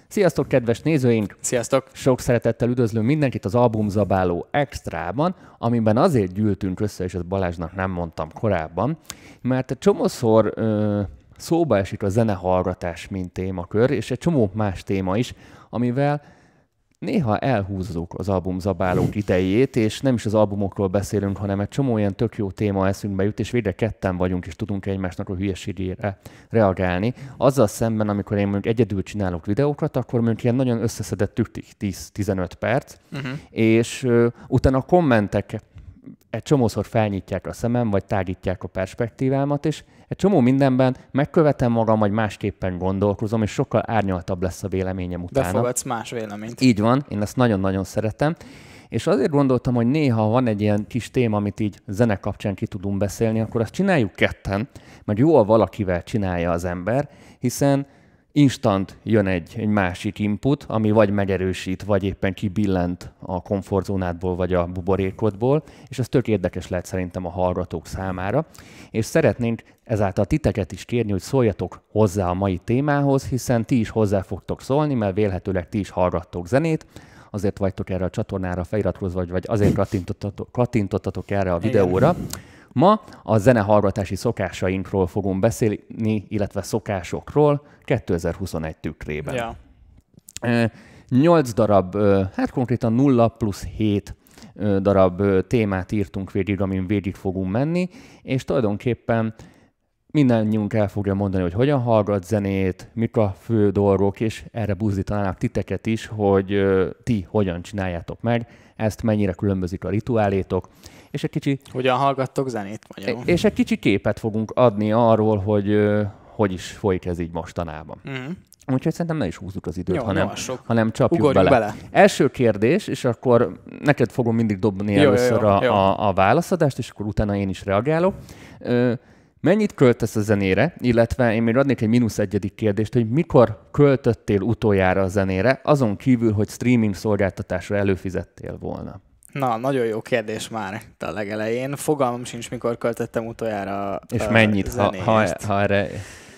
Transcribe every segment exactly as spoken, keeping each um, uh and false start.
Sziasztok, kedves nézőink! Sziasztok! Sok szeretettel üdvözlöm mindenkit az Albumzabáló Extrában, amiben azért gyűltünk össze, és ezt Balázsnak nem mondtam korábban, mert egy csomószor ö, szóba esik a zenehallgatás, mint témakör, és egy csomó más téma is, amivel néha elhúzzuk az albumzabálók idejét, és nem is az albumokról beszélünk, hanem egy csomó ilyen tök jó téma eszünkbe jut, és végre ketten vagyunk, és tudunk egymásnak a hülyeségére reagálni. Azzal szemben, amikor én mondjuk egyedül csinálok videókat, akkor mondjuk ilyen nagyon összeszedett tíz-tizenöt perc, uh-huh. és uh, utána a kommentek egy csomószor felnyitják a szemem, vagy tágítják a perspektívámat, és egy csomó mindenben megkövetem magam, vagy másképpen gondolkozom, és sokkal árnyaltabb lesz a véleményem utána. Befogadsz más véleményt. Így van, én ezt nagyon-nagyon szeretem. És azért gondoltam, hogy néha van egy ilyen kis téma, amit így zene kapcsán ki tudunk beszélni, akkor azt csináljuk ketten, mert jó, ha valakivel csinálja az ember, hiszen instant jön egy, egy másik input, ami vagy megerősít, vagy éppen kibillent a komfortzónádból, vagy a buborékodból, és ez tök érdekes lehet szerintem a hallgatók számára. És szeretnénk ezáltal titeket is kérni, hogy szóljatok hozzá a mai témához, hiszen ti is hozzá fogtok szólni, mert vélhetőleg ti is hallgattok zenét, azért vagytok erre a csatornára feliratkozva, vagy, vagy azért kattintottatok, kattintottatok erre a videóra. Igen. Ma a zenehallgatási szokásainkról fogunk beszélni, illetve szokásokról kétezer-huszonegy tükrében. Ja. Nyolc darab, hát konkrétan nulla plusz hét darab témát írtunk végig, amin végig fogunk menni, és tulajdonképpen mindannyiunk el fogja mondani, hogy hogyan hallgat zenét, mik a fő dolgok, és erre buzdítanának titeket is, hogy ti hogyan csináljátok meg, ezt mennyire különbözik a rituálétok, és egy kicsi... Hogyan hallgattok zenét magyarul? És egy kicsi képet fogunk adni arról, hogy hogy is folyik ez így mostanában. Mm. Úgyhogy szerintem ne is húzzuk az időt, jó, hanem, jó, hanem csapjuk bele. bele. Első kérdés, és akkor neked fogom mindig dobni jó, először jó, jó, a, jó. A, a válaszadást, és akkor utána én is reagálok. Ö, mennyit költesz a zenére, illetve én még adnék egy mínusz egyedik kérdést, hogy mikor költöttél utoljára a zenére, azon kívül, hogy streaming szolgáltatásra előfizettél volna? Na, nagyon jó kérdés már a legelején. Fogalmam sincs, mikor költöttem utoljára és uh, mennyit, ha, ha, ha erre...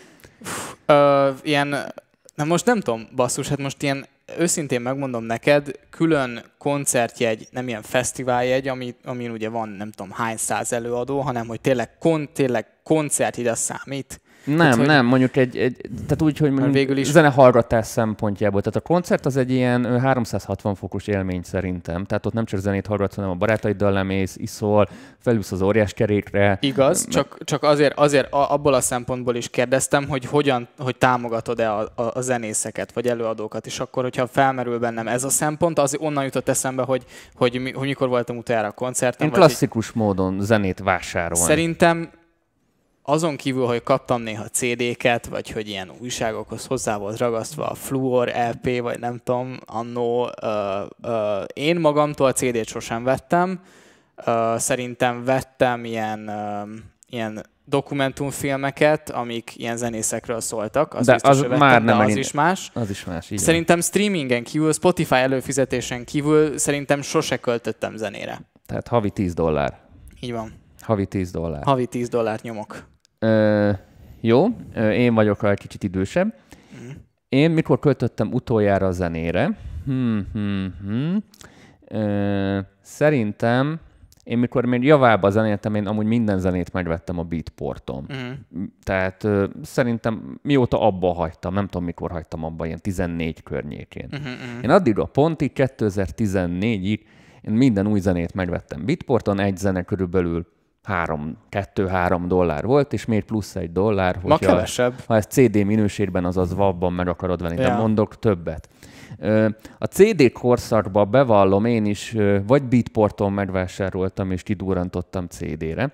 Uh, ilyen, na most nem tudom, basszus, hát most ilyen őszintén megmondom neked, külön koncertjegy, nem ilyen fesztiváljegy, ami, amin ugye van nem tudom hány száz előadó, hanem hogy tényleg, kon, tényleg koncertjegy, az számít. Nem, tehát, nem, mondjuk egy, egy tehát úgy, hogy mondjuk is... zenehallgatás szempontjából. Tehát a koncert az egy ilyen háromszázhatvan fokos élmény szerintem. Tehát ott nem csak zenét hallgatsz, hanem a barátaiddal lemész, iszol, felülsz az óriás kerékre. Igaz, M- csak, csak azért, azért abból a szempontból is kérdeztem, hogy hogyan, hogy támogatod-e a, a, a zenészeket, vagy előadókat, és akkor, hogyha felmerül bennem ez a szempont, az onnan jutott eszembe, hogy, hogy, hogy, hogy mikor voltam utoljára a koncerten. Én klasszikus vagy, módon zenét vásárolni. Szerintem azon kívül, hogy kaptam néha cé dé-ket, vagy hogy ilyen újságokhoz hozzá volt ragasztva a Fluor el pé, vagy nem tudom, annó. Uh, uh, én magamtól cé dét sosem vettem. Uh, szerintem vettem ilyen, uh, ilyen dokumentumfilmeket, amik ilyen zenészekről szóltak. Az de biztos, az vettem, már de nem az elég... is más. Az is más, így Szerintem van. Streamingen kívül, Spotify előfizetésen kívül szerintem sose költöttem zenére. Tehát havi tíz dollár. Így van. Havi tíz dollár. Havi tíz dollárt nyomok. Ö, jó, én vagyok egy kicsit idősebb. Mm. Én mikor költöttem utoljára a zenére? Hmm, hmm, hmm. Ö, szerintem én mikor még javába zenéltem, én amúgy minden zenét megvettem a Beatporton. Mm. Tehát ö, szerintem mióta abba hagytam, nem tudom mikor hagytam abba, ilyen tizennégy környékén. Mm-hmm. Én addig a pontig, kétezer-tizennégyig én minden új zenét megvettem Beatporton, egy zene körülbelül három, kettő-három dollár volt, és még plusz egy dollár, hogyha kevesebb. Ha ezt cé dé minőségben, azaz vabban meg akarod venni, ja. De mondok többet. A cé dé korszakban bevallom, én is vagy Beatporton megvásároltam, és kidurrantottam cé dére,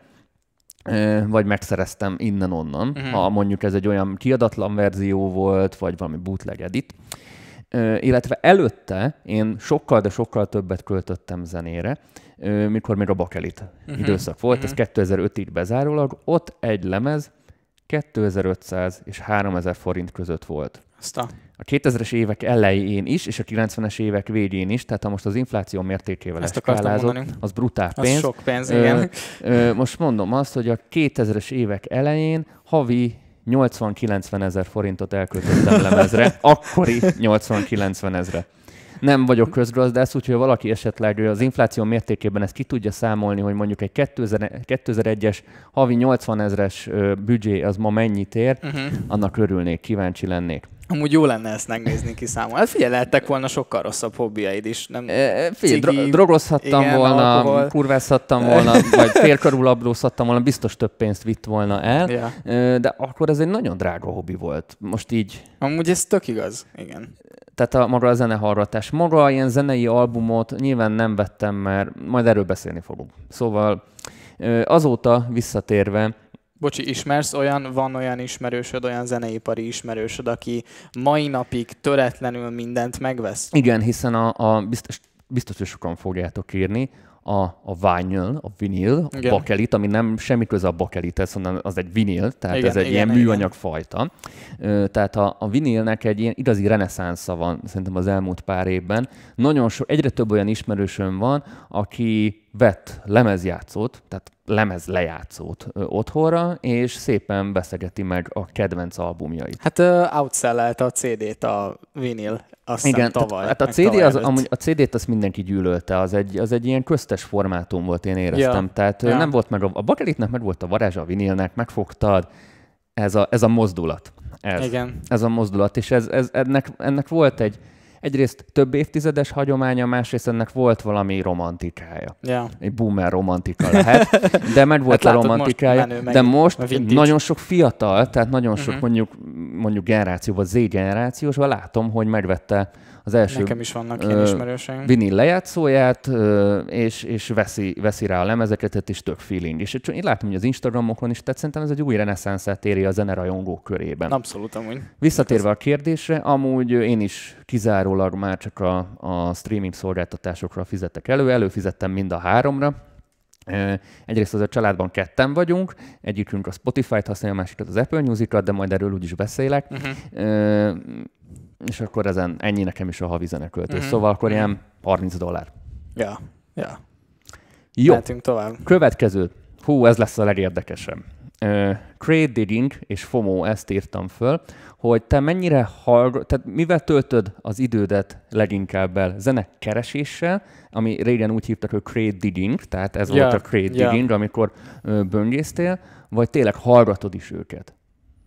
vagy megszereztem innen-onnan, uh-huh. ha mondjuk ez egy olyan kiadatlan verzió volt, vagy valami bootleg edit. Illetve előtte én sokkal, de sokkal többet költöttem zenére, mikor még a Bakelit uh-huh. időszak volt, uh-huh. ez kétezer-ötig bezárólag, ott egy lemez kétezer-ötszáz és háromezer forint között volt. Aztán. A kétezres évek elején is, és a kilencvenes évek végén is, tehát ha most az infláció mértékével eskálázott, az brutál pénz. Az sok pénz, igen. Ö, ö, most mondom azt, hogy a kétezres évek elején havi nyolcvan-kilencven ezer forintot elköltöttem lemezre, akkori nyolcvan-kilencven ezre. Nem vagyok közgazdász, úgyhogy valaki esetleg az infláció mértékében ezt ki tudja számolni, hogy mondjuk egy kétezer-egyes havi nyolcvan ezres büdzsé az ma mennyit ér, uh-huh. annak örülnék, kíváncsi lennék. Amúgy jó lenne ezt megnézni, kiszámolni. Hát figyelj, lehettek volna sokkal rosszabb hobbiaid is. Nem e, figyelj, cigi, drogozhattam igen, volna, alkohol. Kurvázhattam volna, vagy félkarul abrózhattam volna, biztos több pénzt vitt volna el, ja. De akkor ez egy nagyon drága hobbi volt. Most így... Amúgy ez tök igaz, igen. Tehát a, maga a zenehallgatás. Maga ilyen zenei albumot nyilván nem vettem, mert majd erről beszélni fogunk. Szóval azóta visszatérve, Bocsi, ismersz olyan, van olyan ismerősöd, olyan zeneipari ismerősöd, aki mai napig töretlenül mindent megvesz? Igen, hiszen a, a biztos, biztos, hogy sokan fogjátok írni, a, a vinyl, a vinil, a bakelit, ami nem semmi köze a bakelithez, hanem az egy vinil, tehát igen, ez egy igen, ilyen műanyagfajta. Tehát a, a vinilnek egy ilyen igazi reneszánsza van szerintem az elmúlt pár évben. Nagyon so, egyre több olyan ismerősöm van, aki vett lemezjátszót, tehát lemezlejátszót otthonra, és szépen beszegeti meg a kedvenc albumjait. Hát uh, outsell-elte a cé dét a vinil, azt igen, tavaly. Hát a cé dé az, amúgy a cé dét azt mindenki gyűlölte, az egy, az egy ilyen köztes formátum volt, én éreztem. Ja. Tehát ja. nem volt meg a, a bakelitnek meg volt a varázsa, a vinilnek, megfogtad, ez a, ez a mozdulat. Ez, igen. ez a mozdulat, és ez, ez, ennek, ennek volt egy egyrészt több évtizedes hagyománya, másrészt ennek volt valami romantikája. Yeah. Egy boomer romantika lehet, de meg volt hát a romantikája. Most de most nagyon sok fiatal, tehát nagyon uh-huh. sok mondjuk, mondjuk generációban, Z-generációsban látom, hogy megvette az első Nekem is vannak ilyen ismerőseim. Vinil lejátszóját, és, és veszi, veszi rá a lemezeket, és tök feeling. És én látom, hogy az Instagramokon is, tehát szerintem ez egy új reneszánszát éri a zenerajongók körében. Abszolút amúgy. Visszatérve a kérdésre, amúgy én is kizárólag már csak a, a streaming szolgáltatásokra fizetek elő, előfizettem mind a háromra. Egyrészt az a családban ketten vagyunk, egyikünk a Spotify-t használja, a másikat az Apple Music-at, de majd erről úgyis beszélek. Uh-huh. És akkor ezen ennyi nekem is a havi zeneköltés. Mm-hmm. Szóval akkor ilyen harminc dollár. Ja, ja. Jó. Mehetünk tovább. Következő. Hú, ez lesz a legérdekesebb. Uh, Crate Digging és FOMO, ezt írtam föl, hogy te mennyire hallgat, tehát mivel töltöd az idődet leginkább el? Zenekereséssel, ami régen úgy hívtak, hogy Crate Digging, tehát ez yeah. volt a Crate yeah. Digging, amikor uh, böngésztél, vagy tényleg hallgatod is őket?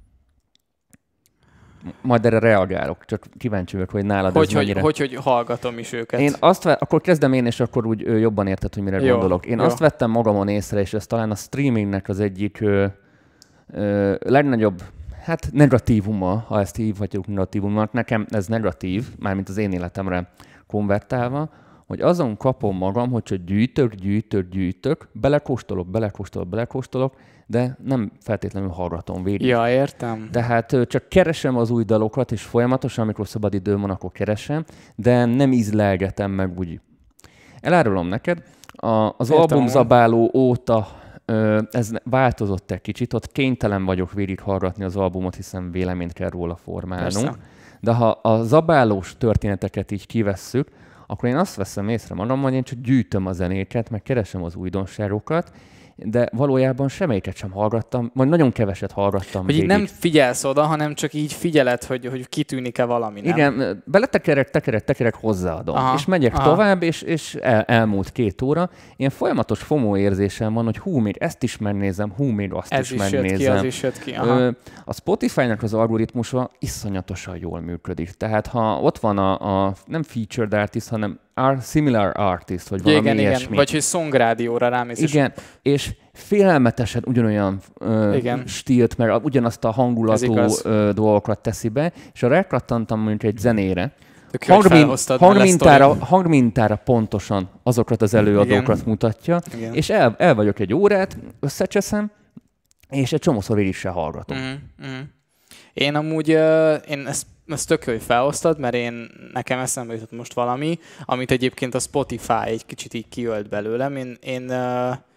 Majd erre reagálok, csak kíváncsi vagyok, hogy nálad hogy, ez mennyire... Hogy, hogy, hogy hallgatom is őket. Én azt ve... Akkor kezdem én, és akkor úgy ö, jobban érted, hogy mire jó, gondolok. Én jó. azt vettem magamon észre, és ez talán a streamingnek az egyik ö, ö, legnagyobb, hát negatívuma, ha ezt hívhatjuk negatívumnak. Nekem ez negatív, mármint az én életemre konvertálva, hogy azon kapom magam, hogy csak gyűjtök, gyűjtök, gyűjtök, belekóstolok, belekóstolok, belekóstolok, de nem feltétlenül hallgatom végig. Ja, értem. Tehát csak keresem az új dalokat, és folyamatosan, amikor szabad időm van, akkor keresem, de nem ízlelgetem meg úgy. Elárulom neked, a, az albumzabáló óta ö, ez változott egy kicsit, ott kénytelen vagyok végighallgatni az albumot, hiszen véleményt kell róla formálnunk. Persze. De ha a zabálós történeteket így kivesszük, akkor én azt veszem észre magam, hogy én csak gyűjtöm a zenéket, meg keresem az újdonságokat, de valójában semmelyiket sem hallgattam, vagy nagyon keveset hallgattam Hogy végig. így nem figyelsz oda, hanem csak így figyeled, hogy, hogy kitűnik-e valami, nem? Igen, beletekerek, tekerek, tekerek, hozzáadom. Aha, és megyek aha. tovább, és, és el, elmúlt két óra. Ilyen folyamatos FOMO érzésem van, hogy hú, még ezt is megnézem, hú, még azt Ez is, is megnézem. Jött ki, az is jött ki. Aha. A Spotify-nak az algoritmusa iszonyatosan jól működik. Tehát ha ott van a, a nem featured artist, hanem similar artist, vagy valami igen, ilyesmi. Igen. Vagy hogy szongrádióra rámész. Igen, és félelmetesen ugyanolyan ö, stílt, meg ugyanazt a hangulatú ö, dolgokat teszi be, és ha rákattantam mondjuk egy zenére, hangmin, hangmintára, hangmintára pontosan azokat az előadókat igen. mutatja, igen. és el, el vagyok egy órát, összecseszem, és egy csomószor végig se hallgatom. Mm, mm. Én amúgy, uh, én ezt ezt tök jó, hogy felosztad, mert én, nekem eszembe jutott most valami, amit egyébként a Spotify egy kicsit így kiölt belőlem. Én, én uh,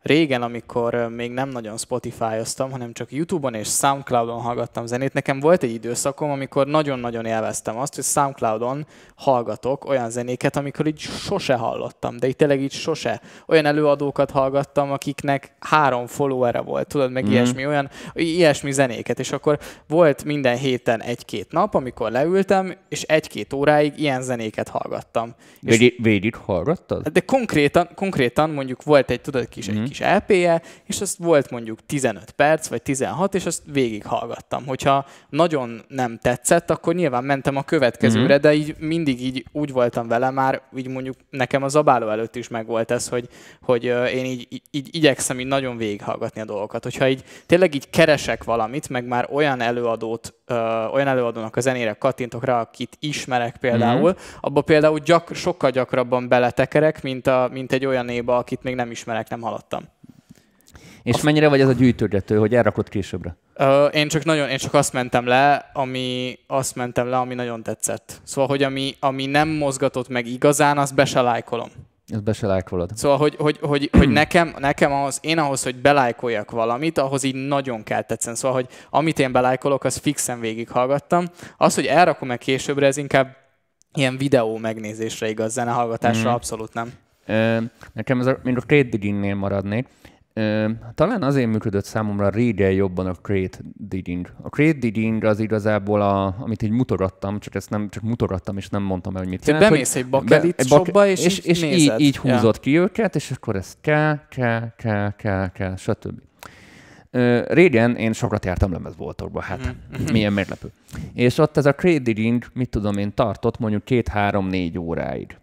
régen, amikor még nem nagyon Spotify-oztam, hanem csak YouTube-on és Soundcloud-on hallgattam zenét, nekem volt egy időszakom, amikor nagyon-nagyon élveztem azt, hogy Soundcloud-on hallgatok olyan zenéket, amikor így sose hallottam, de így tényleg így sose. Olyan előadókat hallgattam, akiknek három followere volt, tudod, meg mm. ilyesmi, olyan, ilyesmi zenéket, és akkor volt minden héten egy-két nap, amikor leültem, és egy-két óráig ilyen zenéket hallgattam. Végig hallgattad? De konkrétan, konkrétan mondjuk volt egy, tudod, kis, mm. egy kis el pé-je, és azt volt mondjuk tizenöt perc, vagy tizenhat, és azt végig hallgattam. Hogyha nagyon nem tetszett, akkor nyilván mentem a következőre, mm. de így mindig így úgy voltam vele már, így mondjuk nekem a zabáló előtt is megvolt ez, hogy, hogy én így, így, így igyekszem így nagyon végighallgatni a dolgokat. Hogyha így tényleg így keresek valamit, meg már olyan előadót, ö, olyan előadónak a zenére kattintok rá, akit ismerek például, mm. abba például gyak, sokkal gyakrabban beletekerek, mint, a, mint egy olyan néba, akit még nem ismerek, nem hallottam. És a mennyire vagy ez a gyűjtögető, hogy elrakod későbbre? Ö, én csak nagyon, én csak azt mentem le, ami azt mentem le, ami nagyon tetszett. Szóval, hogy ami, ami nem mozgatott meg igazán, azt be se lájkolom. Ezt be se lájkolod. Szóval, hogy, hogy, hogy, hogy nekem, nekem ahhoz, én ahhoz, hogy belájkoljak valamit, ahhoz így nagyon kell tetszeni. Szóval, hogy amit én belájkolok, az fixen végighallgattam. Az, hogy elrakom-e későbbre, ez inkább ilyen videó megnézésre igaz, zenehallgatásra mm. abszolút nem. Ö, nekem ez a, mint a Crate Digging-nél maradnék. Ö, talán azért működött számomra régen jobban a Crate Digging. A Crate Digging az igazából, a, amit így mutogattam, csak ezt nem csak mutogattam, és nem mondtam el, hogy mit jelent. Te bemész egy bakelit be, shopba, és, és, és így, így húzott ja. ki őket, és akkor ez kell, kell, kell, kell, kell, stb. Ö, régen én sokat jártam lemezboltokba, hát mm-hmm. milyen meglepő. És ott ez a Crate Digging, mit tudom én, tartott mondjuk két-három-négy óráig.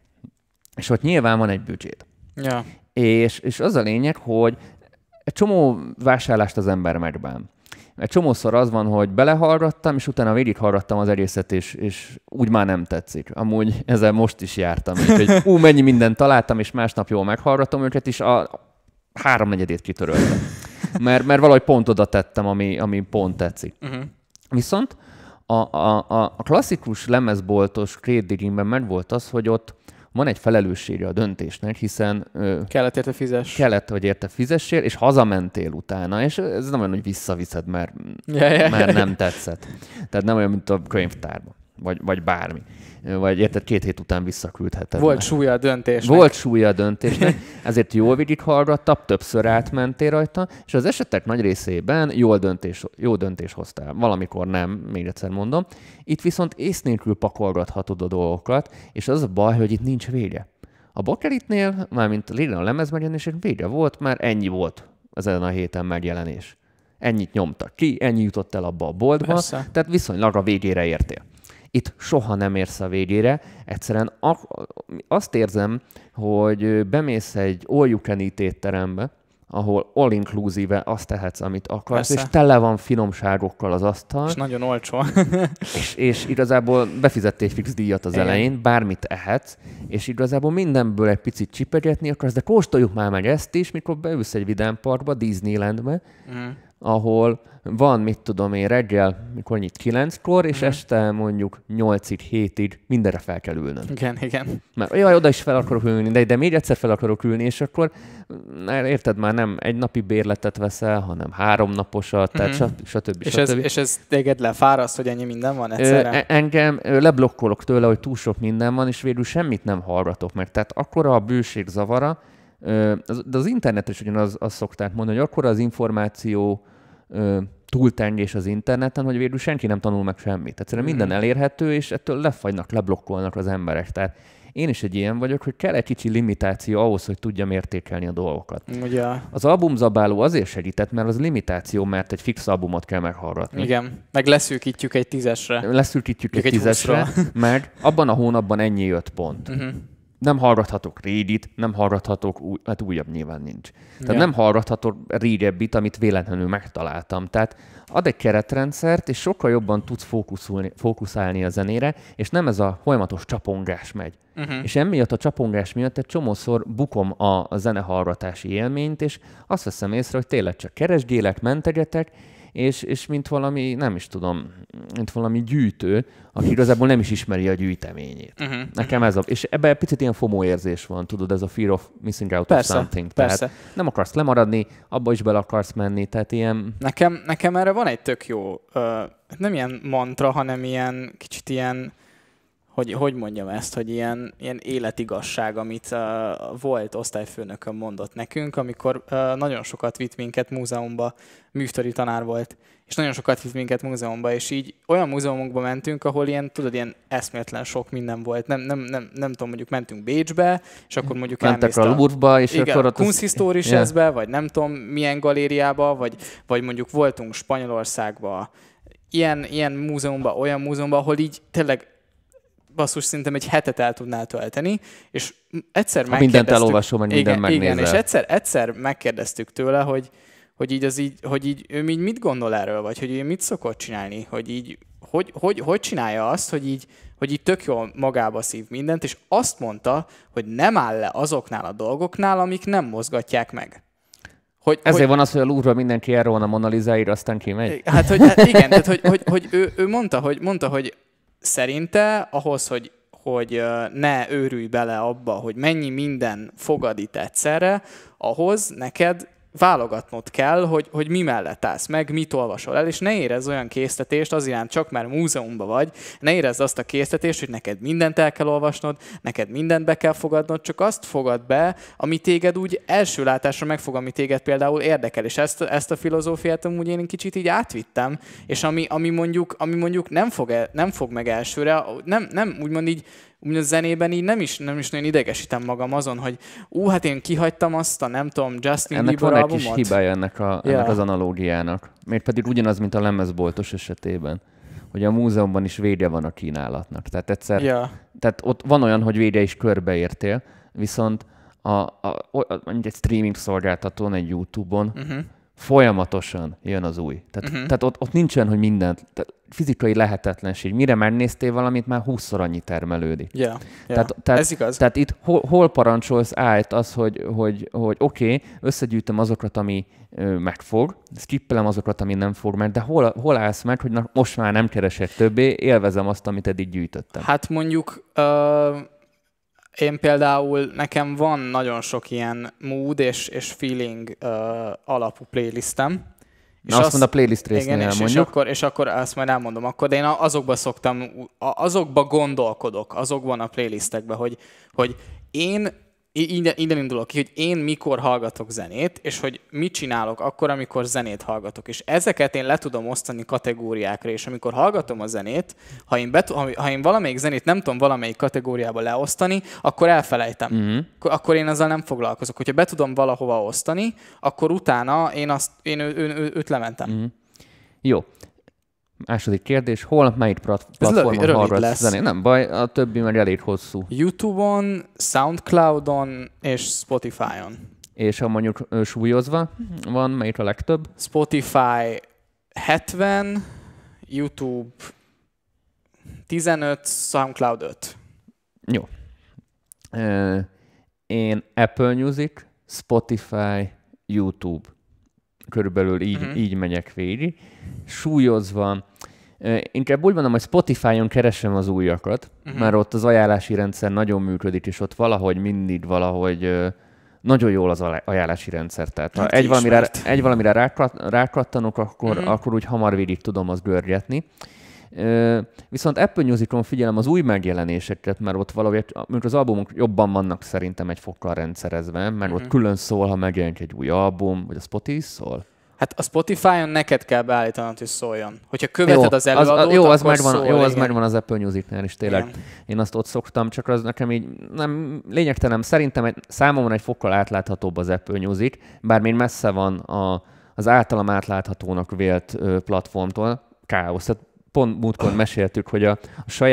És ott nyilván van egy büdzsét. Ja. És, és az a lényeg, hogy egy csomó vásárlást az ember megbán. Egy csomószor az van, hogy belehallgattam, és utána végighallgattam az egészet, és, és úgy már nem tetszik. Amúgy ezzel most is jártam. Úgyhogy ú, mennyi mindent találtam, és másnap jól meghallgatom őket, és a háromnegyedét kitöröltem. Mert, mert valahogy pont oda tettem, ami, ami pont tetszik. Uh-huh. Viszont a, a, a klasszikus lemezboltos Crate Diggingben megvolt az, hogy ott van egy felelőssége a döntésnek, hiszen ö, kellett érte fizess. Kellett, hogy érte fizessél, és hazamentél utána, és ez nem olyan, hogy visszaviszed, mert, yeah, yeah. mert nem tetszett. Tehát nem olyan, mint a könyvtárban, vagy, vagy bármi. Vagy érted, két hét után visszaküldheted. Volt súlya a döntésnek. Volt súlya a döntésnek, ezért jól végighallgattad, többször átmentél rajta, és az esetek nagy részében jól döntés, jó döntés hoztál. Valamikor nem, még egyszer mondom. Itt viszont ész nélkül pakolgathatod a dolgokat, és az a baj, hogy itt nincs vége. A bakelitnél, mármint légen a lemezmegjelenések vége volt, már ennyi volt ezen a héten megjelenés. Ennyit nyomtak ki, ennyi jutott el abba a boltba, Persze. tehát viszonylag a végére értél. Itt soha nem érsz a végére. Egyszerűen azt érzem, hogy bemész egy all-you-can-eat étterembe, ahol all-inclusive azt tehetsz, amit akarsz, Persze. és tele van finomságokkal az asztal. És nagyon olcsó. és, és igazából befizettél egy fix díjat az Igen. elején, bármit ehetsz, és igazából mindenből egy picit csipegetni akarsz, de kóstoljuk már meg ezt is, mikor beülsz egy vidámparkba, Disneylandbe, mm. ahol van, mit tudom én, reggel, mikor nyit kilenckor, és mm. este mondjuk nyolcig, hétig mindenre fel kell ülnöm. Igen, igen. Mert jaj, oda is fel akarok ülni, de, de még egyszer fel akarok ülni, és akkor érted, már nem egy napi bérletet veszel, hanem három naposat, tehát mm-hmm. stb. És, stb. Ez, és ez téged lefáraszt, hogy ennyi minden van egyszerre? Ö, engem leblokkolok tőle, hogy túl sok minden van, és végül semmit nem hallgatok meg. Tehát akkora a bőség zavara, de az internetre is ugyanaz azt szokták mondani, hogy akkora az információ túltengés az interneten, hogy végül senki nem tanul meg semmit. Egyszerűen mm. minden elérhető, és ettől lefagynak, leblokkolnak az emberek. Tehát én is egy ilyen vagyok, hogy kell egy kicsi limitáció ahhoz, hogy tudjam értékelni a dolgokat. Ugye. Az albumzabáló azért segített, mert az limitáció, mert egy fix albumot kell meghallgatni. Igen, meg leszűkítjük egy tízesre. Leszűkítjük egy, egy tízesre, meg abban a hónapban ennyi jött pont. Uh-huh. Nem hallgathatok rédit, nem hallgathatok, új, hát újabb nyilván nincs. Tehát ja. nem hallgathatok régebbit, amit véletlenül megtaláltam. Tehát ad egy keretrendszert, és sokkal jobban tudsz fókuszálni a zenére, és nem ez a folyamatos csapongás megy. Uh-huh. És emiatt a csapongás miatt egy csomószor bukom a, a zenehallgatási élményt, és azt veszem észre, hogy tényleg csak keresgélek, mentegetek, és, és mint valami, nem is tudom, mint valami gyűjtő, aki igazából nem is ismeri a gyűjteményét. Uh-huh. Nekem ez a, és ebben picit ilyen FOMO érzés van, tudod, ez a fear of missing out persze, of something. Persze. Tehát nem akarsz lemaradni, abba is bele akarsz menni, tehát ilyen... Nekem, nekem erre van egy tök jó, uh, nem ilyen mantra, hanem ilyen kicsit ilyen, hogy, hogy mondjam ezt, hogy ilyen, ilyen életigasság, amit uh, volt osztályfőnökön mondott nekünk, amikor uh, nagyon sokat vitt minket múzeumba, művtari tanár volt, és nagyon sokat vitt minket múzeumba, és így olyan múzeumokba mentünk, ahol ilyen, tudod, ilyen eszméletlen sok minden volt. Nem, nem, nem, nem tudom, mondjuk mentünk Bécsbe, és akkor mondjuk mentek a Louvre-ba, és igen, akkor ott... Kunsthistorische-be, yeah. vagy nem tudom milyen galériába, vagy, vagy mondjuk voltunk Spanyolországba, ilyen, ilyen múzeumban, olyan múzeumban, ahol így tényleg basszus, szerintem egy hetet el tudnál tölteni, és egyszer ha megkérdeztük... mindent elolvasol, meg mindent megnézel. Igen, és egyszer, egyszer megkérdeztük tőle, hogy, hogy, így az így, hogy így ő így mit gondol erről, vagy hogy ő mit szokott csinálni, hogy így hogy, hogy, hogy csinálja azt, hogy így, hogy így tök jól magába szív mindent, és azt mondta, hogy nem áll le azoknál a dolgoknál, amik nem mozgatják meg. Hogy, Ezért hogy, van az, hogy a Louvre mindenki erről van a Mona Lisáira, aztán kimegy. Hát, hogy, hát igen, tehát, hogy, hogy, hogy ő, ő mondta, hogy, mondta, hogy szerinte ahhoz, hogy, hogy ne őrülj bele abba, hogy mennyi minden fogad itt egyszerre, ahhoz neked válogatnod kell, hogy, hogy mi mellett állsz meg, mit olvasol el, és ne érezz olyan késztetést az iránt, csak már múzeumban vagy, ne érezz azt a késztetést, hogy neked mindent el kell olvasnod, neked mindent be kell fogadnod, csak azt fogad be, ami téged úgy első látásra megfog, ami téged például érdekel, és ezt, ezt a filozófiát amúgy én kicsit így átvittem, és ami, ami, mondjuk, ami mondjuk nem fog, el, nem fog meg elsőre, nem, nem úgymond így, úgy a zenében így nem is, nem is nagyon idegesítem magam azon, hogy ú, hát én kihagytam azt a, nem tudom, Justin ennek Bieber albumot. Ennek van egy kis hibája ennek, a, yeah. ennek az analógiának. Miért pedig ugyanaz, mint a lemezboltos esetében. Hogy a múzeumban is védje van a kínálatnak. Tehát egyszer, yeah. tehát ott van olyan, hogy védje is körbeértél, viszont a, a, a, egy streaming szolgáltatón, egy YouTube-on uh-huh. folyamatosan jön az új. Tehát, uh-huh. tehát ott, ott nincsen, hogy mindent, fizikai lehetetlenség. Mire megnéztél valamit, már húszszor annyi termelődik. Yeah, yeah. Tehát, tehát, ez igaz. Tehát itt hol, hol parancsolsz át az, hogy, hogy, hogy oké, okay, összegyűjtöm azokat, ami ö, megfog, skippelem azokat, ami nem fog meg, de hol, hol állsz meg, hogy na, most már nem keresek többé, élvezem azt, amit eddig gyűjtöttem. Hát mondjuk... Uh... Én például, nekem van nagyon sok ilyen mood és, és feeling uh, alapú playlistem. Na azt, azt mond a playlist résznél igen, és, és, akkor, és akkor azt majd elmondom. Akkor, de én azokba szoktam, azokba gondolkodok, azokban a playlistekben, hogy, hogy én innen, innen indulok ki, hogy én mikor hallgatok zenét, és hogy mit csinálok akkor, amikor zenét hallgatok. És ezeket én le tudom osztani kategóriákra, és amikor hallgatom a zenét, ha én, bet, ha én valamelyik zenét nem tudom valamelyik kategóriába leosztani, akkor elfelejtem. Mm-hmm. Akkor én azzal nem foglalkozok. Hogyha be tudom valahova osztani, akkor utána én, azt, én ő, ő, ő, őt lementem. Mm-hmm. Jó. Második kérdés, hol, melyik platformon hallgatsz zenét? Nem baj, a többi meg elég hosszú. YouTube-on, Soundcloud-on és Spotify-on. És ha mondjuk súlyozva van, melyik a legtöbb? Spotify hetven, YouTube tizenöt, Soundcloud öt. Jó. Én Apple Music, Spotify, YouTube. Körülbelül így, uh-huh. így megyek végig. Súlyozva, inkább úgy mondom, hogy Spotify-on keresem az újakat, uh-huh. mert ott az ajánlási rendszer nagyon működik, és ott valahogy mindig valahogy nagyon jól az ajánlási rendszer. Tehát ha egy valamire, egy valamire rákattanok, akkor, uh-huh. akkor úgy hamar végig tudom azt görgetni. Viszont Apple Musicon figyelem az új megjelenéseket, mert ott valahogy, amikor az albumok jobban vannak szerintem egy fokkal rendszerezve, mert uh-huh. ott külön szól, ha megjelenik egy új album, vagy a Spotify szól. Hát a Spotify-on neked kell beállítanod, hogy szóljon. Hogyha követed jó, az előadót, az, jó, az akkor megvan, szól. Jó, az igen. megvan az Apple Musicnál is tényleg. Igen. Én azt ott szoktam, csak az nekem így nem lényegtelen. Szerintem egy, számomra egy fokkal átláthatóbb az Apple Music, bár még messze van a, az általam átláthatónak vélt ö, platformtól. Káosz. Tehát pont múltkor meséltük, hogy a, a saját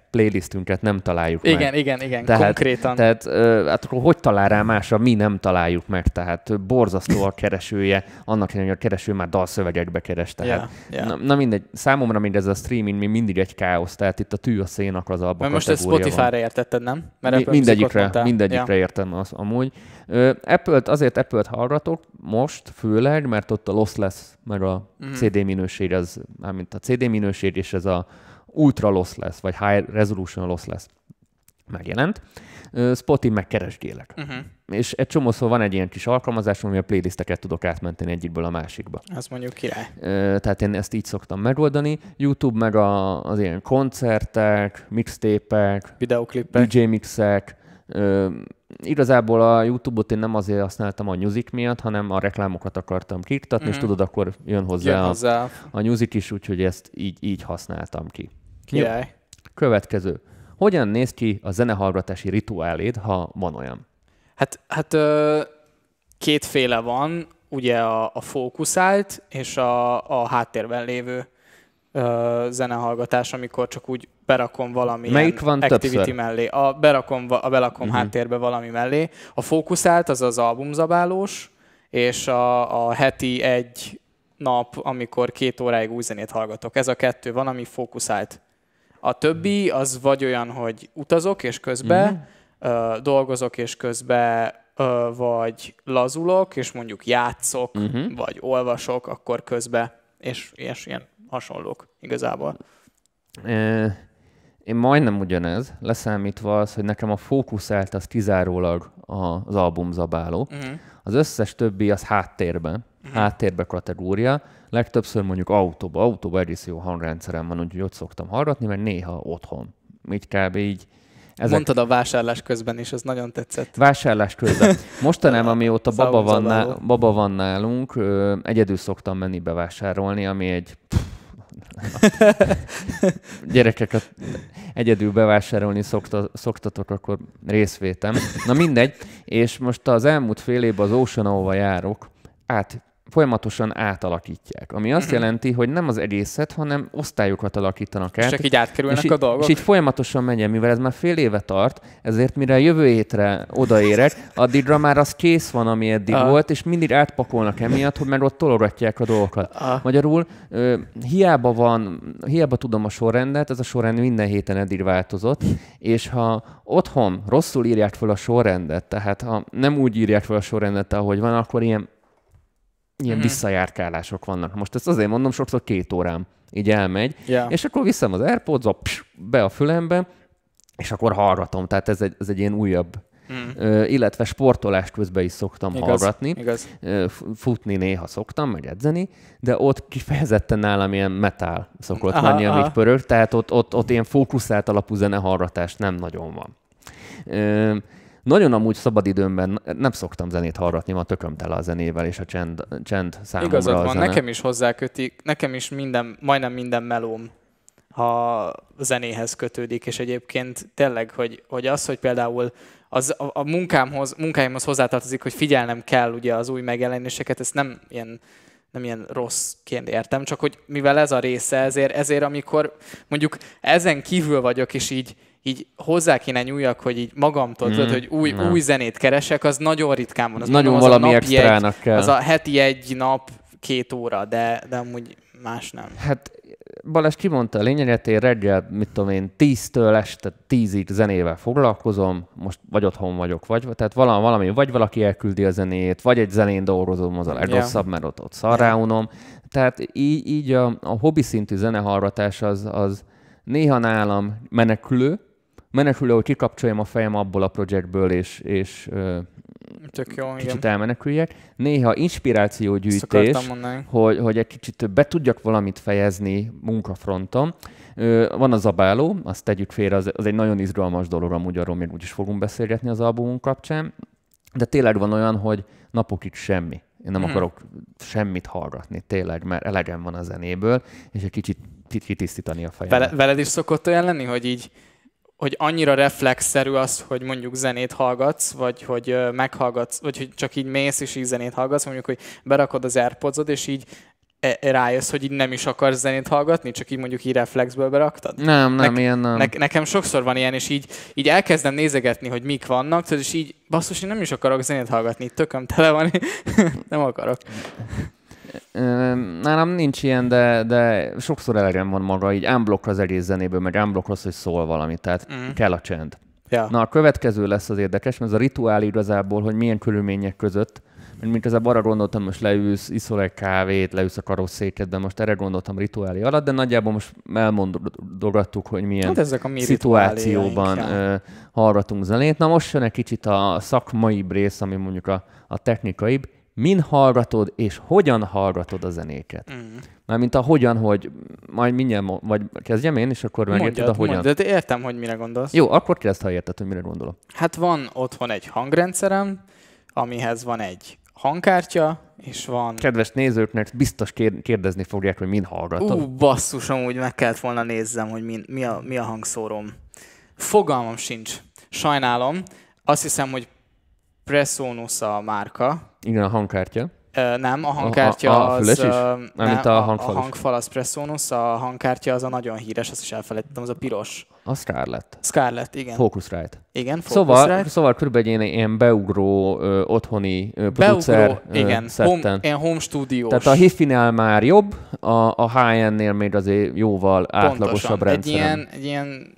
playlistünket nem találjuk igen, meg. Igen, igen, tehát, konkrétan. Tehát hát akkor hogy talál rá másra, mi nem találjuk meg, tehát borzasztó a keresője, annak ellenére, hogy a kereső már dalszövegekbe keres. Tehát, yeah, yeah. Na, na mindegy, számomra mindez a streaming még mindig egy káosz, tehát itt a tű a szénak az abba most ezt Spotify-ra értetted, nem? Mert Mi, mindegyikre, mindegyikre ja. értem az amúgy. Apple-t, azért Apple-t hallgatok most főleg, mert ott a lossless, meg a mm. cé dé minőség, az, mint a cé dé minőség, és ez a ultra lossless, vagy high resolution lossless megjelent. Spotify meg keresgélek. Uh-huh. És egy csomószor van egy ilyen kis alkalmazás, ami a playlisteket tudok átmenteni egyikből a másikba. Ez mondjuk király. Tehát én ezt így szoktam megoldani. YouTube meg a, az ilyen koncertek, mixtépek, videóklipek, dé dzsé mixek. Igazából a YouTube-ot én nem azért használtam a music miatt, hanem a reklámokat akartam kiiktatni, mm. és tudod, akkor jön hozzá, jön hozzá. A, a music is, úgyhogy ezt így, így használtam ki. Király. Jó. Következő. Hogyan néz ki a zenehallgatási rituáléd, ha van olyan? Hát, hát ö, kétféle van, ugye a, a fókuszált és a, a háttérben lévő ö, zenehallgatás, amikor csak úgy berakom valamilyen activity többször? mellé. A berakom, a berakom uh-huh. háttérbe valami mellé. A fókuszált az az albumzabálós, és a, a heti egy nap, amikor két óráig új zenét hallgatok. Ez a kettő van, ami fókuszált. A többi az vagy olyan, hogy utazok, és közben uh-huh. uh, dolgozok, és közben uh, vagy lazulok, és mondjuk játszok, uh-huh. vagy olvasok, akkor közben, és, és ilyen hasonlók igazából. E- Én majdnem ugyanez, leszámítva az, hogy nekem a fókuszált az kizárólag az albumzabáló. Uh-huh. Az összes többi az háttérben, uh-huh. háttérbe kategória. Legtöbbször mondjuk autóba, autóba egész jó hangrendszerem van, úgyhogy ott szoktam hallgatni, mert néha otthon. Így kb. Így. Ezek... Mondtad a vásárlás közben is, ez nagyon tetszett. Vásárlás közben. Mostanában, amióta baba van, nál, baba van nálunk, ö, egyedül szoktam menni bevásárolni, ami egy... Gyerekeket egyedül bevásárolni szokta, szoktatok, akkor részvétem. Na mindegy, és most az elmúlt fél évben az Ocean, ahova járok, át, folyamatosan átalakítják. Ami azt jelenti, hogy nem az egészet, hanem osztályokat alakítanak át. És csak így átkerülnek és a dolgok? És így folyamatosan megy, mivel ez már fél éve tart, ezért mire jövő hétre odaérek, addigra már az kész van, ami eddig ah. volt, és mindig átpakolnak emiatt, hogy meg ott tologatják a dolgokat. Ah. Magyarul ö, hiába van, hiába tudom a sorrendet, ez a sorrend minden héten eddig változott, és ha otthon rosszul írják fel a sorrendet, tehát ha nem úgy írják fel a sorrendet, ahogy van, akkor ilyen Ilyen mm-hmm. visszajárkálások vannak. Most ezt azért mondom, sokszor két órám így elmegy, yeah. és akkor viszem az AirPods-ba, be a fülembe, és akkor hallgatom. Tehát ez egy, ez egy ilyen újabb. Mm. Uh, illetve sportolás közben is szoktam igaz, hallgatni. Igaz. Uh, futni néha szoktam, meg edzeni, de ott kifejezetten nálam ilyen metal szokott aha, lenni, amit pörög, tehát ott, ott, ott ilyen fókuszált alapú zenehallgatás nem nagyon van. Uh, Nagyon amúgy szabadidőmben nem szoktam zenét hallgatni, ma tököm tele a zenével, és a csend, csend számomra igazad a van, zene. Nekem is hozzákötik, nekem is minden, majdnem minden melóm a zenéhez kötődik, és egyébként tényleg, hogy, hogy az, hogy például az, a, a munkámhoz, munkáimhoz hozzátartozik, hogy figyelnem kell ugye az új megjelenéseket, ezt nem ilyen, nem ilyen rosszként értem, csak hogy mivel ez a része, ezért, ezért amikor mondjuk ezen kívül vagyok, és így így hozzá kéne nyúljak, hogy így magamtól, mm, tudod, hogy új, új zenét keresek, az nagyon ritkán van. Az nagyon az valami a extrának egy, kell. Az a heti egy nap, két óra, de, de amúgy más nem. Hát Balázs kimondta a lényeget, én reggel, mit tudom én, tíztől este tízig zenével foglalkozom, most vagy otthon vagyok, vagy, tehát valami, valami, vagy valaki elküldi a zenét, vagy egy zenén dolgozom, az a legrosszabb, yeah. mert ott, ott szarráunom. Yeah. Tehát így, így a, a hobbi szintű zenehallgatás az, az néha nálam menekülő, menekülő, hogy kikapcsoljam a fejem abból a projektből, és, és tök jó, kicsit igen. elmeneküljek. Néha inspirációgyűjtés, hogy, hogy egy kicsit be tudjak valamit fejezni munkafronton. Van a zabáló, azt tegyük félre, az, az egy nagyon izgalmas dolog, amúgy arról még úgyis fogunk beszélgetni az albumunk kapcsán. De tényleg van olyan, hogy napokig semmi. Én nem hmm. akarok semmit hallgatni, tényleg, mert elegem van a zenéből, és egy kicsit kitisztítani a fejemet. Vele, veled is szokott olyan lenni, hogy így hogy annyira reflexzerű az, hogy mondjuk zenét hallgatsz, vagy hogy meghallgatsz, vagy hogy csak így mész és így zenét hallgatsz, mondjuk, hogy berakod az AirPods-od, és így rájössz, hogy így nem is akarsz zenét hallgatni, csak így mondjuk így reflexből beraktad? Nem, nem, ne- ilyen nem. Ne- nekem sokszor van ilyen, és így, így elkezdem nézegetni, hogy mik vannak, tudod, és így basszus, én nem is akarok zenét hallgatni, tököm tele van, nem akarok. Nálam nincs ilyen, de, de sokszor elegem van maga, így unblock az egész zenéből, meg unblock az, hogy szól valami, tehát mm. kell a csend. Ja. Na, a következő lesz az érdekes, mert ez a rituál igazából, hogy milyen körülmények között, mert mint igazából arra gondoltam, most leülsz, iszol egy kávét, leülsz a karosszékedben, most erre gondoltam rituálé alatt, de nagyjából most elmondogattuk, hogy milyen hát ezek a szituációban uh, hallgatunk zenét. Na most jön egy kicsit a szakmai rész, ami mondjuk a, a technikaibb. Min hallgatod, és hogyan hallgatod a zenéket? Mm. Mármint a hogyan, hogy majd mindjárt, vagy kezdjem én, és akkor megérted a hogyan. Mondjad, de értem, hogy mire gondolsz. Jó, akkor kezd, ha érted, hogy mire gondolok. Hát van otthon egy hangrendszerem, amihez van egy hangkártya, és van... Kedves nézőknek biztos kérdezni fogják, hogy min hallgatod. Ú, basszus, amúgy meg kellett volna nézzem, hogy min, mi, a, mi a hangszórom. Fogalmam sincs. Sajnálom. Azt hiszem, hogy Presonus a márka. Igen, a hangkártya. Uh, nem, a hangkártya a, a, a az... Is? Uh, nem, a, a hangfal, a hangfal az Presonus, a hangkártya az a nagyon híres, azt is elfelejtettem, az a piros. A Scarlett. Scarlett, igen. Focusrite. Igen, Focusrite. Szóval, szóval körülbelül egy ilyen beugró ö, otthoni ö, producer Beugró, igen. Home, ilyen home studiós. Tehát a Hi-Fi-nál már jobb, a, a high-end-nél még azért jóval átlagosabb rendszer. Egy ilyen, egy ilyen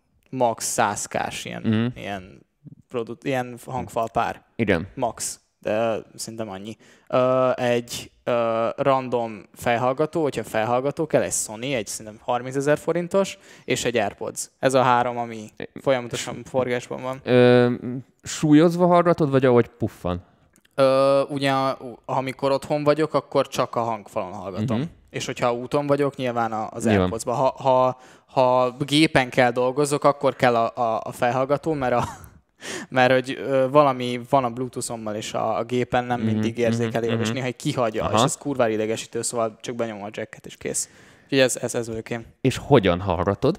max száz kás ilyen, mm. ilyen, produ- ilyen hangfalpár. Igen. Max. De szerintem annyi. Uh, egy uh, random fejhallgató, hogyha fejhallgató kell, egy Sony, egy szerintem harmincezer forintos, és egy AirPods. Ez a három, ami folyamatosan forgásban van. Ö, súlyozva hallgatod, vagy ahogy puffan? Ö, ugye, amikor otthon vagyok, akkor csak a hangfalon hallgatom. Uh-huh. És hogyha úton vagyok, nyilván az AirPods-ba. Ha, ha, ha gépen kell dolgozok, akkor kell a, a, a fejhallgató, mert a mert hogy ö, valami van a Bluetooth-ommal, és a, a gépen nem mm-hmm, mindig érzékeli, mm-hmm. és néha kihagyja, aha. És ez kurva idegesítő, szóval csak benyomom a jacket, és kész. Úgyhogy ez, ez, ez vagyok én. És hogyan hallgatod?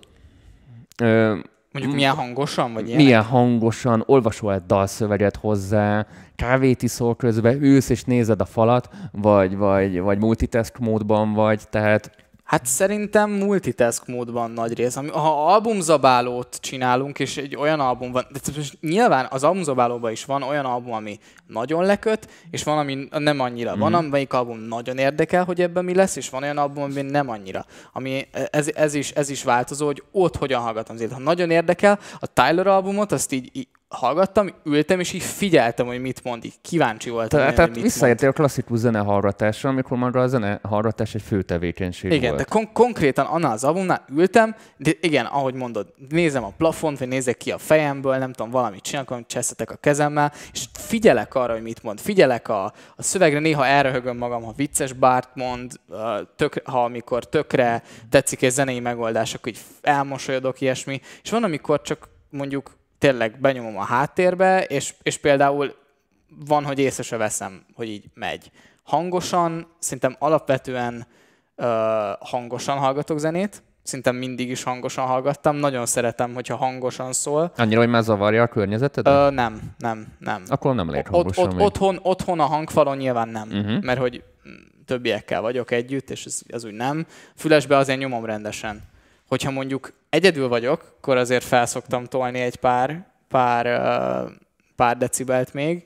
Ö, Mondjuk milyen hangosan, vagy ilyenek? Milyen hangosan, olvasol egy dalszöveget hozzá, kávét iszol közben, ülsz és nézed a falat, vagy, vagy, vagy multitask módban vagy, tehát... Hát szerintem multitask módban nagy rész. Ha albumzabálót csinálunk, és egy olyan album van, de nyilván az albumzabálóban is van olyan album, ami nagyon leköt, és van, ami nem annyira. Mm. Van, amelyik album nagyon érdekel, hogy ebben mi lesz, és van olyan album, ami nem annyira. Ami, ez, ez, is, ez is változó, hogy ott hogyan hallgatom. Ha nagyon érdekel, a Tyler albumot, azt így, így hallgattam, ültem, és így figyeltem, hogy mit mond, így kíváncsi voltam. Te, tehát visszaértél a klasszikus zenehallgatásra, amikor maga a zenehallgatás egy fő tevékenység igen, volt. De kon- konkrétan annál az albumnál ültem, de igen, ahogy mondod, nézem a plafont, vagy nézek ki a fejemből, nem tudom, valamit csinálok, amit cseszhetek a kezemmel, és figyelek arra, hogy mit mond. Figyelek a, a szövegre, néha elröhögöm magam, ha vicces bárt mond, tök, ha amikor tökre tetszik egy zenei megoldás, akkor így elmosolyodok, ilyesmi. És van, amikor csak mondjuk tényleg benyomom a háttérbe, és, és például van, hogy észre se veszem, hogy így megy. Hangosan, szerintem alapvetően uh, hangosan hallgatok zenét, szerintem mindig is hangosan hallgattam, nagyon szeretem, hogyha hangosan szól. Annyira, hogy már zavarja a környezeted? Uh, nem, nem, nem. Akkor nem lehet hangosan. Ott, ott, otthon, otthon a hangfalon nyilván nem, uh-huh. mert hogy többiekkel vagyok együtt, és ez, ez úgy nem. Fülesbe azért nyomom rendesen. Hogyha mondjuk egyedül vagyok, akkor azért felszoktam tolni egy pár, pár, uh, pár decibelt még.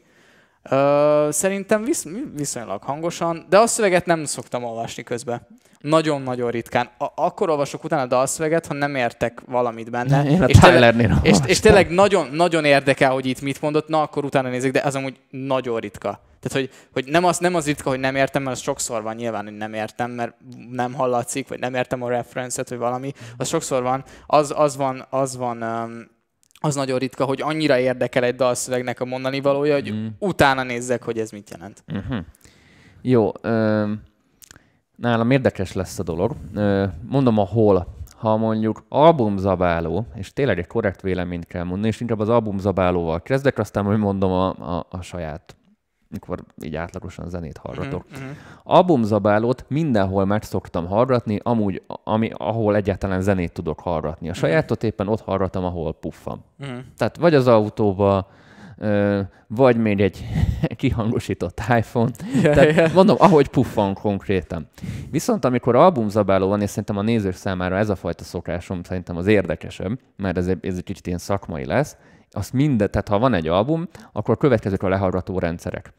Uh, szerintem visz, viszonylag hangosan, de a szöveget nem szoktam olvasni közben. Nagyon-nagyon ritkán. A- akkor olvasok utána a dalszöveget, ha nem értek valamit benne. Én és, tényleg, és, és tényleg nagyon, nagyon érdekel, hogy itt mit mondott, na akkor utána nézek, de az amúgy nagyon ritka. Tehát, hogy, hogy nem, az, nem az ritka, hogy nem értem, mert az sokszor van nyilván, hogy nem értem, mert nem hallatszik, vagy nem értem a reference-et, vagy valami. Az sokszor van. Az, az van, az van, um, az nagyon ritka, hogy annyira érdekel egy dalszövegnek a mondani valója, hogy mm. utána nézzek, hogy ez mit jelent. Uh-huh. Jó. Um... Nálam érdekes lesz a dolog. Mondom a hol. Ha mondjuk albumzabáló, és tényleg egy korrekt véleményt kell mondani, és inkább az albumzabálóval kezdek, aztán majd mondom a, a, a saját, mikor így átlagosan zenét hallgatok. Uh-huh. Albumzabálót mindenhol meg szoktam hallgatni, amúgy, ami, ahol egyáltalán zenét tudok hallgatni. A sajátot éppen ott hallgatom, ahol puffam. Uh-huh. Tehát vagy az autóba, vagy még egy kihangosított iPhone. Ja, Tehát ja. mondom, ahogy puffan konkrétan. Viszont amikor albumzabáló van, és szerintem a nézők számára ez a fajta szokásom szerintem az érdekesebb, mert ez egy, ez egy kicsit ilyen szakmai lesz, azt minden, tehát ha van egy album, akkor következők a lehallgató rendszerek.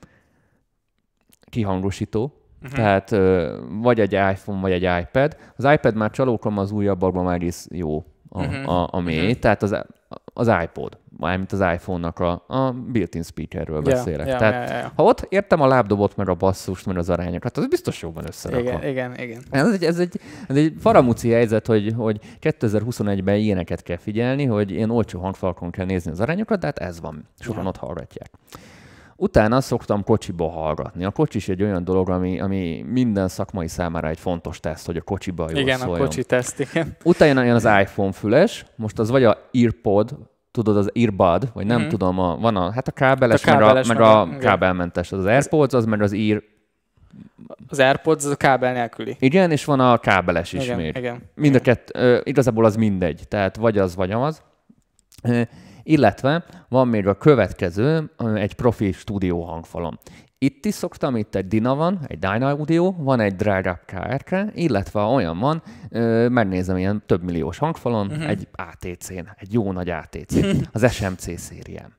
Kihangosító, Uh-huh. Tehát vagy egy iPhone, vagy egy iPad. Az iPad már csalókom, az újabbakban már is jó a, uh-huh. a, a mély. Uh-huh. Tehát az, az iPod, mármint az iPhone-nak a, a built-in speakerről beszélek. Yeah, Tehát yeah, yeah, yeah. ha ott értem a lábdobot, meg a basszust, meg az arányokat, az biztos jobban összerakva. Igen, igen, igen. Ez egy, ez egy, ez egy faramúci helyzet, hogy, hogy kétezer-huszonegyben ilyeneket kell figyelni, hogy ilyen olcsó hangfalkon kell nézni az arányokat, de hát ez van. Sokan yeah. ott hallgatják. Utána szoktam kocsiba hallgatni. A kocsi is egy olyan dolog, ami, ami minden szakmai számára egy fontos teszt, hogy a kocsiba jól igen, szóljon. Igen, a kocsi teszt, igen. Utána jön az iPhone füles, most az vagy a EarPod, tudod, az Earbud, vagy nem mm-hmm. tudom, a, van a, hát a kábeles, a kábeles meg a, meg a kábelmentes, az, az AirPods, az meg az Ear... Az AirPods az a kábel nélküli. Igen, és van a kábeles is igen, még. Igen, Mind a kett, uh, igazából az mindegy, tehát vagy az, vagy az. Uh, Illetve van még a következő, egy profi stúdió hangfalom. Itt is szoktam, itt egy Dina van, egy Dyna Audio, van egy drágább ká er ká, illetve olyan van, ö, megnézem ilyen több milliós hangfalon, uh-huh. egy á té cén, egy jó nagy á té cén, az es em cé szérián.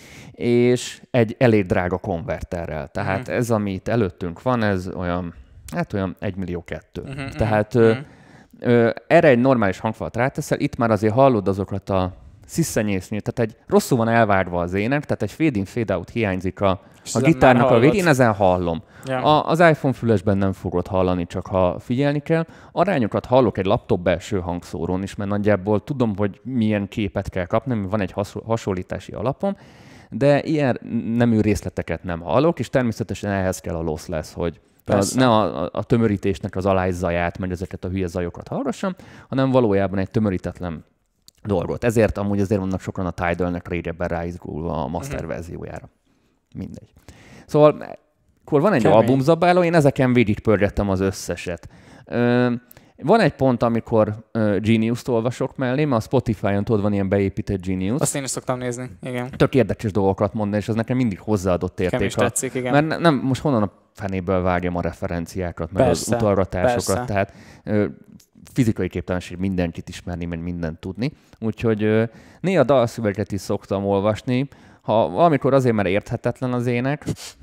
És egy elég drága konverterrel. Tehát uh-huh. ez, ami itt előttünk van, ez olyan, hát olyan egy millió kettő. Uh-huh. Tehát uh-huh. Ö, ö, erre egy normális hangfalat ráteszel, itt már azért hallod azokat a sziszenyésznyű, tehát egy rosszul van elvárva az ének, tehát egy fade in, fade out hiányzik a, a gitárnak a végén, ezen hallom. Ja. A, az iPhone fülesben nem fogod hallani, csak ha figyelni kell. Arányokat hallok egy laptop belső hangszórón is, mert nagyjából tudom, hogy milyen képet kell kapni, van egy hasonlítási alapom, de ilyen nemű részleteket nem hallok, és természetesen ehhez kell a lossless, hogy az, ne a, a, a tömörítésnek az alájzaját, meg ezeket a hülye zajokat hallgassam, hanem valójában egy tömörítetlen dolgot. Ezért amúgy azért vannak sokan a Tidal-nek régebben ráizgulva a master uh-huh. verziójára. Mindegy. Szóval, akkor van egy Kemény. albumzabáló, én ezeken végigpörgettem az összeset. Ö, van egy pont, amikor uh, Genius-t olvasok mellé, mert a Spotify-on tudod, van ilyen beépített Genius. Azt én is szoktam nézni, igen. Tök érdekes dolgokat mondani, és ez nekem mindig hozzáadott érték. Nekem is tetszik, igen. Mert ne, nem, most honnan a fenéből vágjam a referenciákat, meg persze, az utalgatásokat. Persze. Tehát ö, fizikai képtelenség mindenkit ismerni, meg mindent tudni. Úgyhogy ö, néha dalszövegeket is szoktam olvasni. Ha valamikor azért, mert érthetetlen az ének,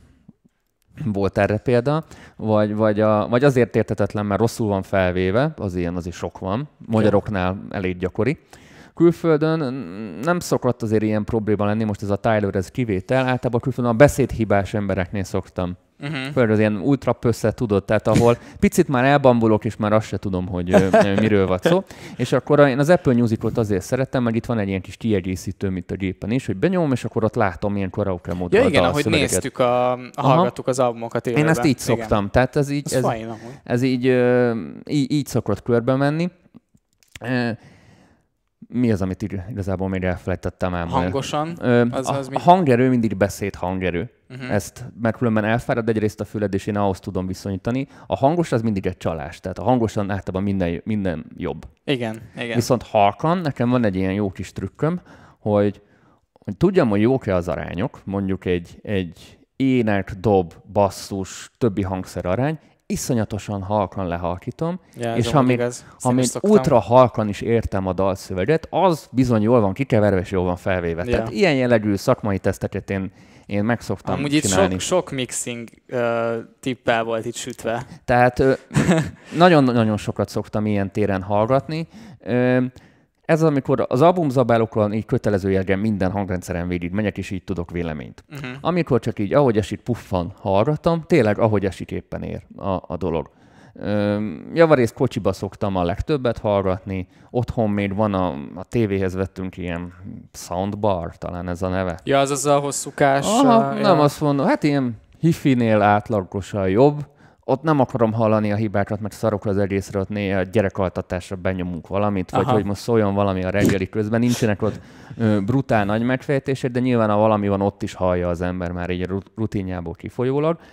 volt erre példa, vagy, vagy, a, vagy azért érthetetlen, mert rosszul van felvéve, az ilyen azért sok van, magyaroknál elég gyakori. Külföldön nem szokott azért ilyen probléma lenni, most ez a Tyler, ez kivétel, általában külföldön a beszédhibás embereknél szoktam. Uh-huh. Például az ilyen ultra pössze, tudod, tehát ahol picit már elbambulok, és már azt se tudom, hogy ö, miről van szó. És akkor én az Apple Music-ot azért szeretem, meg itt van egy ilyen kis kiegészítő, mint a gépen is, hogy benyomom, és akkor ott látom ilyen karaoke módon. Ja igen, ahogy néztük, a, a hallgattuk az albumokat élőben. Én ezt így szoktam, igen. Tehát ez így, ez, fajn, ez így, ö, így, így szokott körbe menni. Mi az, amit igazából még elfelejtettem elmondani? Hangosan? Ö, az, az a, a hangerő mindig beszéd hangerő. Uh-huh. Ezt, mert különben elfárad egyrészt a füled, és én ahhoz tudom viszonyítani. A hangos az mindig egy csalás, tehát a hangosan általában minden, minden jobb. Igen, igen. Viszont halkan, nekem van egy ilyen jó kis trükköm, hogy, hogy tudjam, hogy jók-e az arányok, mondjuk egy, egy ének, dob, basszus, többi hangszer arány, iszonyatosan halkan lehalkítom, ja, és ha még, ha még ultra halkan is értem a dalszöveget, az bizony jól van kikeverve, és jól van felvéve. Ja. Tehát ilyen jellegű szakmai teszteket én, én meg szoktam Amúgy csinálni. Itt sok, sok mixing uh, tippel volt itt sütve. Tehát nagyon-nagyon sokat szoktam ilyen téren hallgatni. Ö, Ez az, amikor az albumzabálókon így kötelező jelgen minden hangrendszeren végig megyek, és így tudok véleményt. Uh-huh. Amikor csak így, ahogy esik, puffan hallgatom, tényleg ahogy esik éppen ér a, a dolog. Üm, javarészt kocsiba szoktam a legtöbbet hallgatni, otthon még van a, a tévéhez vettünk ilyen soundbar, talán ez a neve. Ja, az az a hosszúkás. Aha, uh, nem ja. azt mondom, hát ilyen hifinél átlagosan jobb. Ott nem akarom hallani a hibákat, mert szarok az egészre, ott néha gyerekaltatásra benyomunk valamit, Aha. vagy hogy most szóljon valami a reggeli közben. Nincsenek ott ö, brutál nagy megfejtések, de nyilván ha valami van, ott is hallja az ember már így a rutinjából kifolyólag.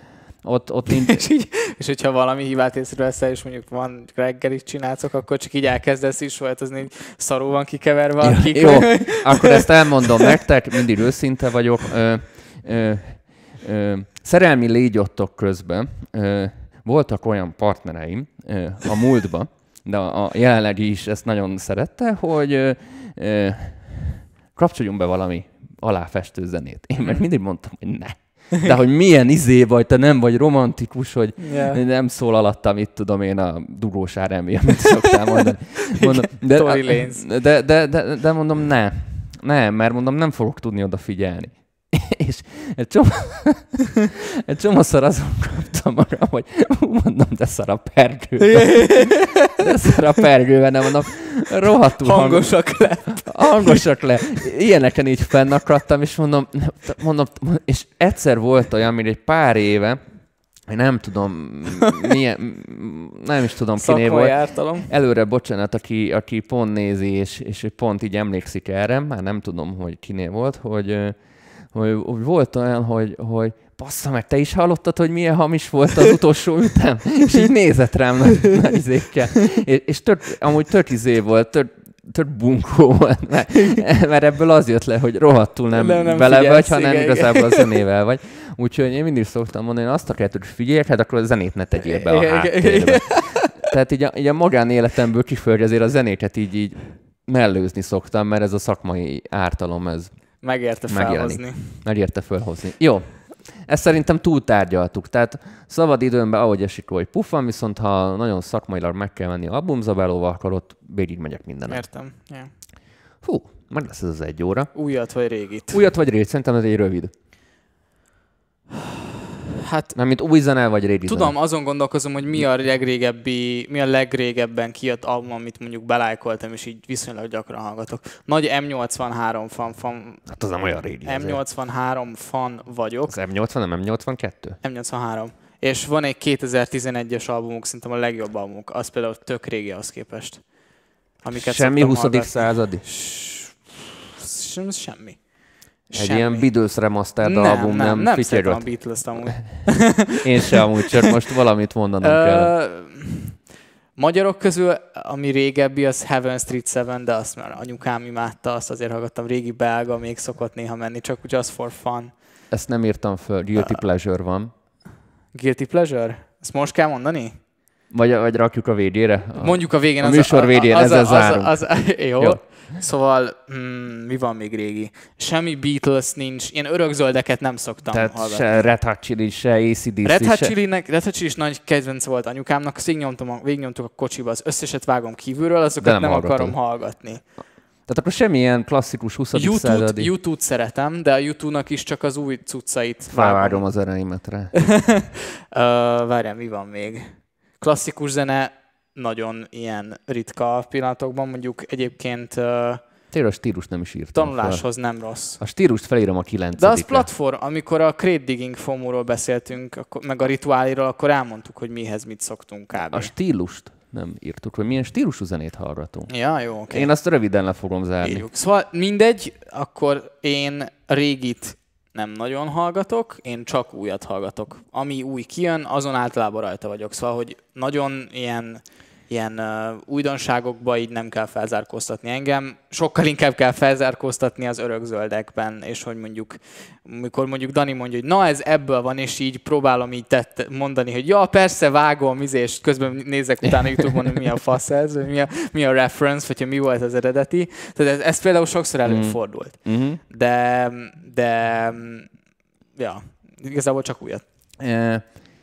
Ott, ott nincs... és, így, és hogyha valami hibát észreveszel, és mondjuk van reggelit csinálszok, akkor csak így elkezdesz is voltozni, hogy szarul van kikeverve a kik. Jó, akkor ezt elmondom nektek, mindig őszinte vagyok. Ö, ö, ö, szerelmi légyottok közben ö, voltak olyan partnereim ö, a múltban, de a, a jelenlegi is ezt nagyon szerette, hogy ö, ö, kapcsoljunk be valami aláfestő zenét. Én meg mindig mondtam, hogy ne. De hogy milyen izé vagy, te nem vagy romantikus, hogy yeah. nem szól alattam, itt tudom én a dugós er em vé, amit szoktál mondani. Mondom, de, de, de, de, de mondom, ne. Nem, mert mondom, nem fogok tudni odafigyelni. És egy, csomó, egy csomószor azon kaptam arra, hogy mondom, de szar a pergőben. De szar a pergőben, nem mondom, rohadtul hangosak hang... le. Hangosak le. Ilyeneken így fennakadtam, és mondom, mondom, és egyszer volt olyan, mint egy pár éve, nem tudom, milyen, nem is tudom, kiné volt. Ártalom. Előre bocsánat, aki, aki pont nézi, és, és pont így emlékszik erre, már nem tudom, hogy kiné volt, hogy Hogy, hogy volt olyan, hogy, hogy bassza meg, te is hallottad, hogy milyen hamis volt az utolsó ütem? És így nézett rám nagy, nagy izékkel. És, és tört, amúgy tört izé volt, tört, tört bunkó volt, mert, mert ebből az jött le, hogy rohadtul nem, nem vele vagy, hanem igen, igazából a zenével vagy. Úgyhogy én mindig szoktam mondani, hogy azt a kettőt, hogy figyelj, hát akkor a zenét ne tegyél be a háttérbe. Tehát így a, így a magánéletemből kifölgy azért a zenéket így, így mellőzni szoktam, mert ez a szakmai ártalom, ez megérte felhozni. Megérte felhozni. Jó. Ezt szerintem túl tárgyaltuk. Tehát szabad időmben, ahogy esik, hogy puffan, viszont ha nagyon szakmailag meg kell menni albumzabálóval, akkor ott végig megyek mindenet. Értem. Yeah. Hú, meg lesz ez az egy óra. Újat vagy régit? Újat vagy régit, szerintem ez egy rövid. Hát, nem, mint új zene vagy régi tudom, zene. azon gondolkozom, hogy mi a legrégebbi, mi a legrégebben kijött album, amit mondjuk belájkoltam, és így viszonylag gyakran hallgatok. Nagy em nyolcvanhárom fan, fan hát az nem olyan régi. em nyolcvanhárom fan vagyok. Az em nyolcvan, nem em nyolcvankettő? em nyolcvanhárom. És van egy kétezer-tizenegyes albumuk, szerintem a legjobb albumuk. Az például tök régi ahhoz képest. Amiket semmi huszadik századi? Semmi. Egy Semmi. ilyen Beatles remastered album, nem, nem, nem fityegött. Nem, a Beatles-t amúgy. Én sem amúgy, csak most valamit mondanom kell. Magyarok közül, ami régebbi, az Heaven Street Seven, de azt már anyukám imádta, azt azért hallgattam. Régi belga, még szokott néha menni, csak just for fun. Ezt nem írtam föl, Guilty uh, Pleasure van. Guilty Pleasure? Ezt most kell mondani? Vagy, vagy rakjuk a végére? A, Mondjuk a végén. A műsor végén, ezzel zárunk. Az, az, az, jó. jó. Szóval, hmm, mi van még régi? Semmi Beatles nincs, ilyen örökzöldeket nem szoktam tehát hallgatni. Se Red Hot Chili, se á cé dé cé, Red Hot se... Chili-nek, Red Hot Chili is nagy kedvenc volt anyukámnak, azt végignyomtuk, végignyomtuk a kocsiba, az összeset vágom kívülről, azokat nem, nem akarom hallgatni. Tehát akkor semmilyen klasszikus huszadik századi... u kettőt szeretem, de a u kettőnek is csak az új cuccait felvágom az ereimet rá. uh, várjál, mi van még? Klasszikus zene nagyon ilyen ritka pillanatokban, mondjuk egyébként... Uh, Tényleg a stílus nem is írtam tanuláshoz fel. Nem rossz. A stílust felírom a kilencedikre. De az platform, amikor a Crate Digging FOMO-ról beszéltünk, akkor, meg a rituáliról, akkor elmondtuk, hogy mihez mit szoktunk kb. A stílust nem írtuk, hogy milyen stílusú zenét hallgatunk. Ja, jó, oké. Én azt röviden le fogom zárni. Írjuk. Szóval mindegy, akkor én régit nem nagyon hallgatok, én csak újat hallgatok. Ami új kijön, azon általában rajta vagyok. Szóval, hogy nagyon ilyen... ilyen uh, újdonságokba így nem kell felzárkóztatni engem. Sokkal inkább kell felzárkóztatni az örökzöldekben, és hogy mondjuk, amikor mondjuk Dani mondja, hogy na ez ebből van, és így próbálom így tett mondani, hogy ja, persze vágom, és közben nézek utána YouTube-on, hogy mi a fasz ez, mi a, mi a reference, vagy mi volt az eredeti. Tehát ez, ez például sokszor előfordult. Mm-hmm. De, de, ja, igazából csak újat. Yeah.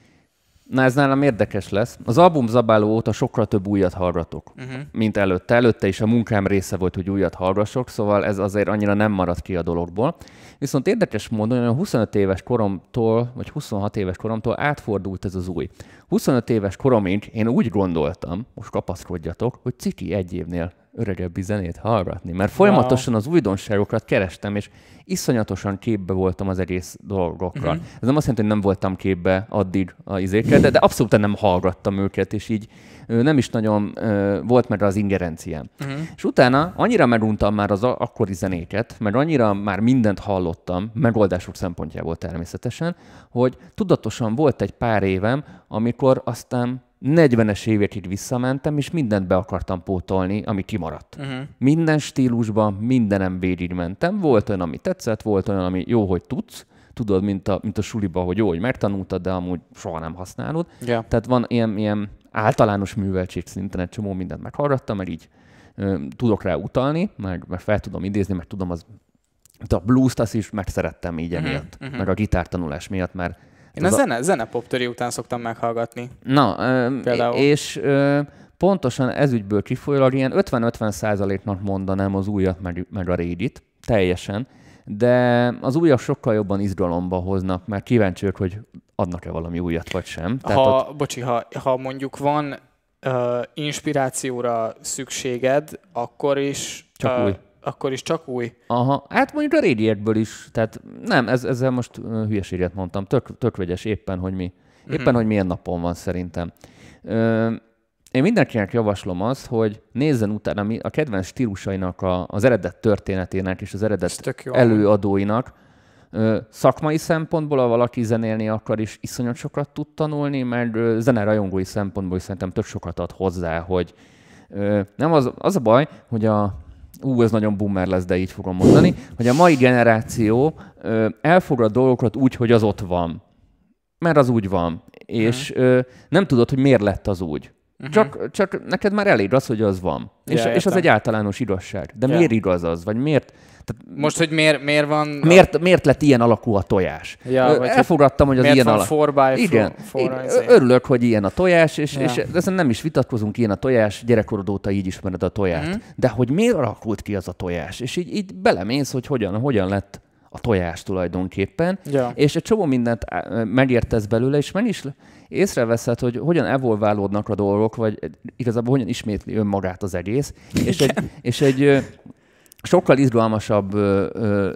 Na ez nálam érdekes lesz. Az album zabáló óta sokkal több újat hallgatok, uh-huh. mint előtte. Előtte is a munkám része volt, hogy újat hallgassok, szóval ez azért annyira nem maradt ki a dologból. Viszont érdekes módon, olyan huszonöt éves koromtól, vagy huszonhat éves koromtól átfordult ez az új. huszonöt éves koromig én úgy gondoltam, most kapaszkodjatok, hogy ciki egy évnél öregebbi zenét hallgatni, mert folyamatosan az újdonságokat kerestem, és iszonyatosan képbe voltam az egész dolgokra. Uh-huh. Ez nem azt jelenti, hogy nem voltam képbe addig a izékkel, de, de abszolút nem hallgattam őket, és így nem is nagyon volt meg az ingerenciám. Uh-huh. És utána annyira meguntam már az akkori zenéket, meg annyira már mindent hallottam, megoldások szempontjából természetesen, hogy tudatosan volt egy pár évem, amikor aztán negyvenes évekig visszamentem, és mindent be akartam pótolni, ami kimaradt. Uh-huh. Minden stílusban, mindenem végigmentem. Volt olyan, ami tetszett, volt olyan, ami jó, hogy tudsz. Tudod, mint a, mint a suliba, hogy jó, hogy megtanultad, de amúgy soha nem használod. Yeah. Tehát van ilyen, ilyen általános műveltség szinten egy csomó mindent meghallgattam, mert így ö, tudok rá utalni, meg, meg fel tudom idézni, meg tudom az... De a blues-t azt is megszerettem így uh-huh. emiatt, uh-huh. meg a gitártanulás miatt, mert én a zene, zenepoptöri után szoktam meghallgatni. Na, ö, és ö, pontosan ezügyből kifolyólag ilyen ötven-ötven százaléknak mondanám az újat, meg, meg a régit, teljesen, de az újak sokkal jobban izgalomba hoznak, mert kíváncsiak, hogy adnak-e valami újat, vagy sem. Tehát ha, ott... Bocsi, ha, ha mondjuk van uh, inspirációra szükséged, akkor is... Csak uh, új. Akkor is csak új? Aha, hát mondjuk a régiekből is, tehát nem, ez, ezzel most uh, hülyeséget mondtam, tök, tök vegyes éppen, hogy mi, éppen, mm-hmm. hogy milyen napon van szerintem. Ö, én mindenkinek javaslom azt, hogy nézzen utána a kedvenc stílusainak, a, az eredet történetének és az eredet előadóinak. Ö, szakmai szempontból, ha valaki zenélni akar, is iszonyat sokat tud tanulni, mert ö, zenerajongói szempontból is szerintem tök sokat ad hozzá, hogy ö, nem az, az a baj, hogy a ú, ez nagyon boomer lesz, de így fogom mondani, hogy a mai generáció ö, elfogad dolgokat úgy, hogy az ott van. Mert az úgy van. És ö, nem tudod, hogy miért lett az úgy. Uh-huh. Csak, csak neked már elég az, hogy az van. Ja, és, és az egy általános igazság. De ja. miért igaz az? Vagy miért... Tehát, most, hogy miért, miért van... Miért, miért lett ilyen alakú a tojás? Ja, Ö, elfogadtam, hogy az ilyen alakú. Miért van four by Igen. four? Örülök, hogy ilyen a tojás, és, ja. és ezen nem is vitatkozunk, ilyen a tojás, gyerekkorod óta így ismered a tojást. Uh-huh. De hogy miért alakult ki az a tojás? És így, így belemész, hogy hogyan, hogyan lett a tojás tulajdonképpen. Ja. És egy csomó mindent megértesz belőle, és meg is észreveszed, hogy hogyan evolválódnak a dolgok, vagy igazából hogyan ismétli önmagát az egész. És egy, és egy sokkal izgalmasabb ö, ö,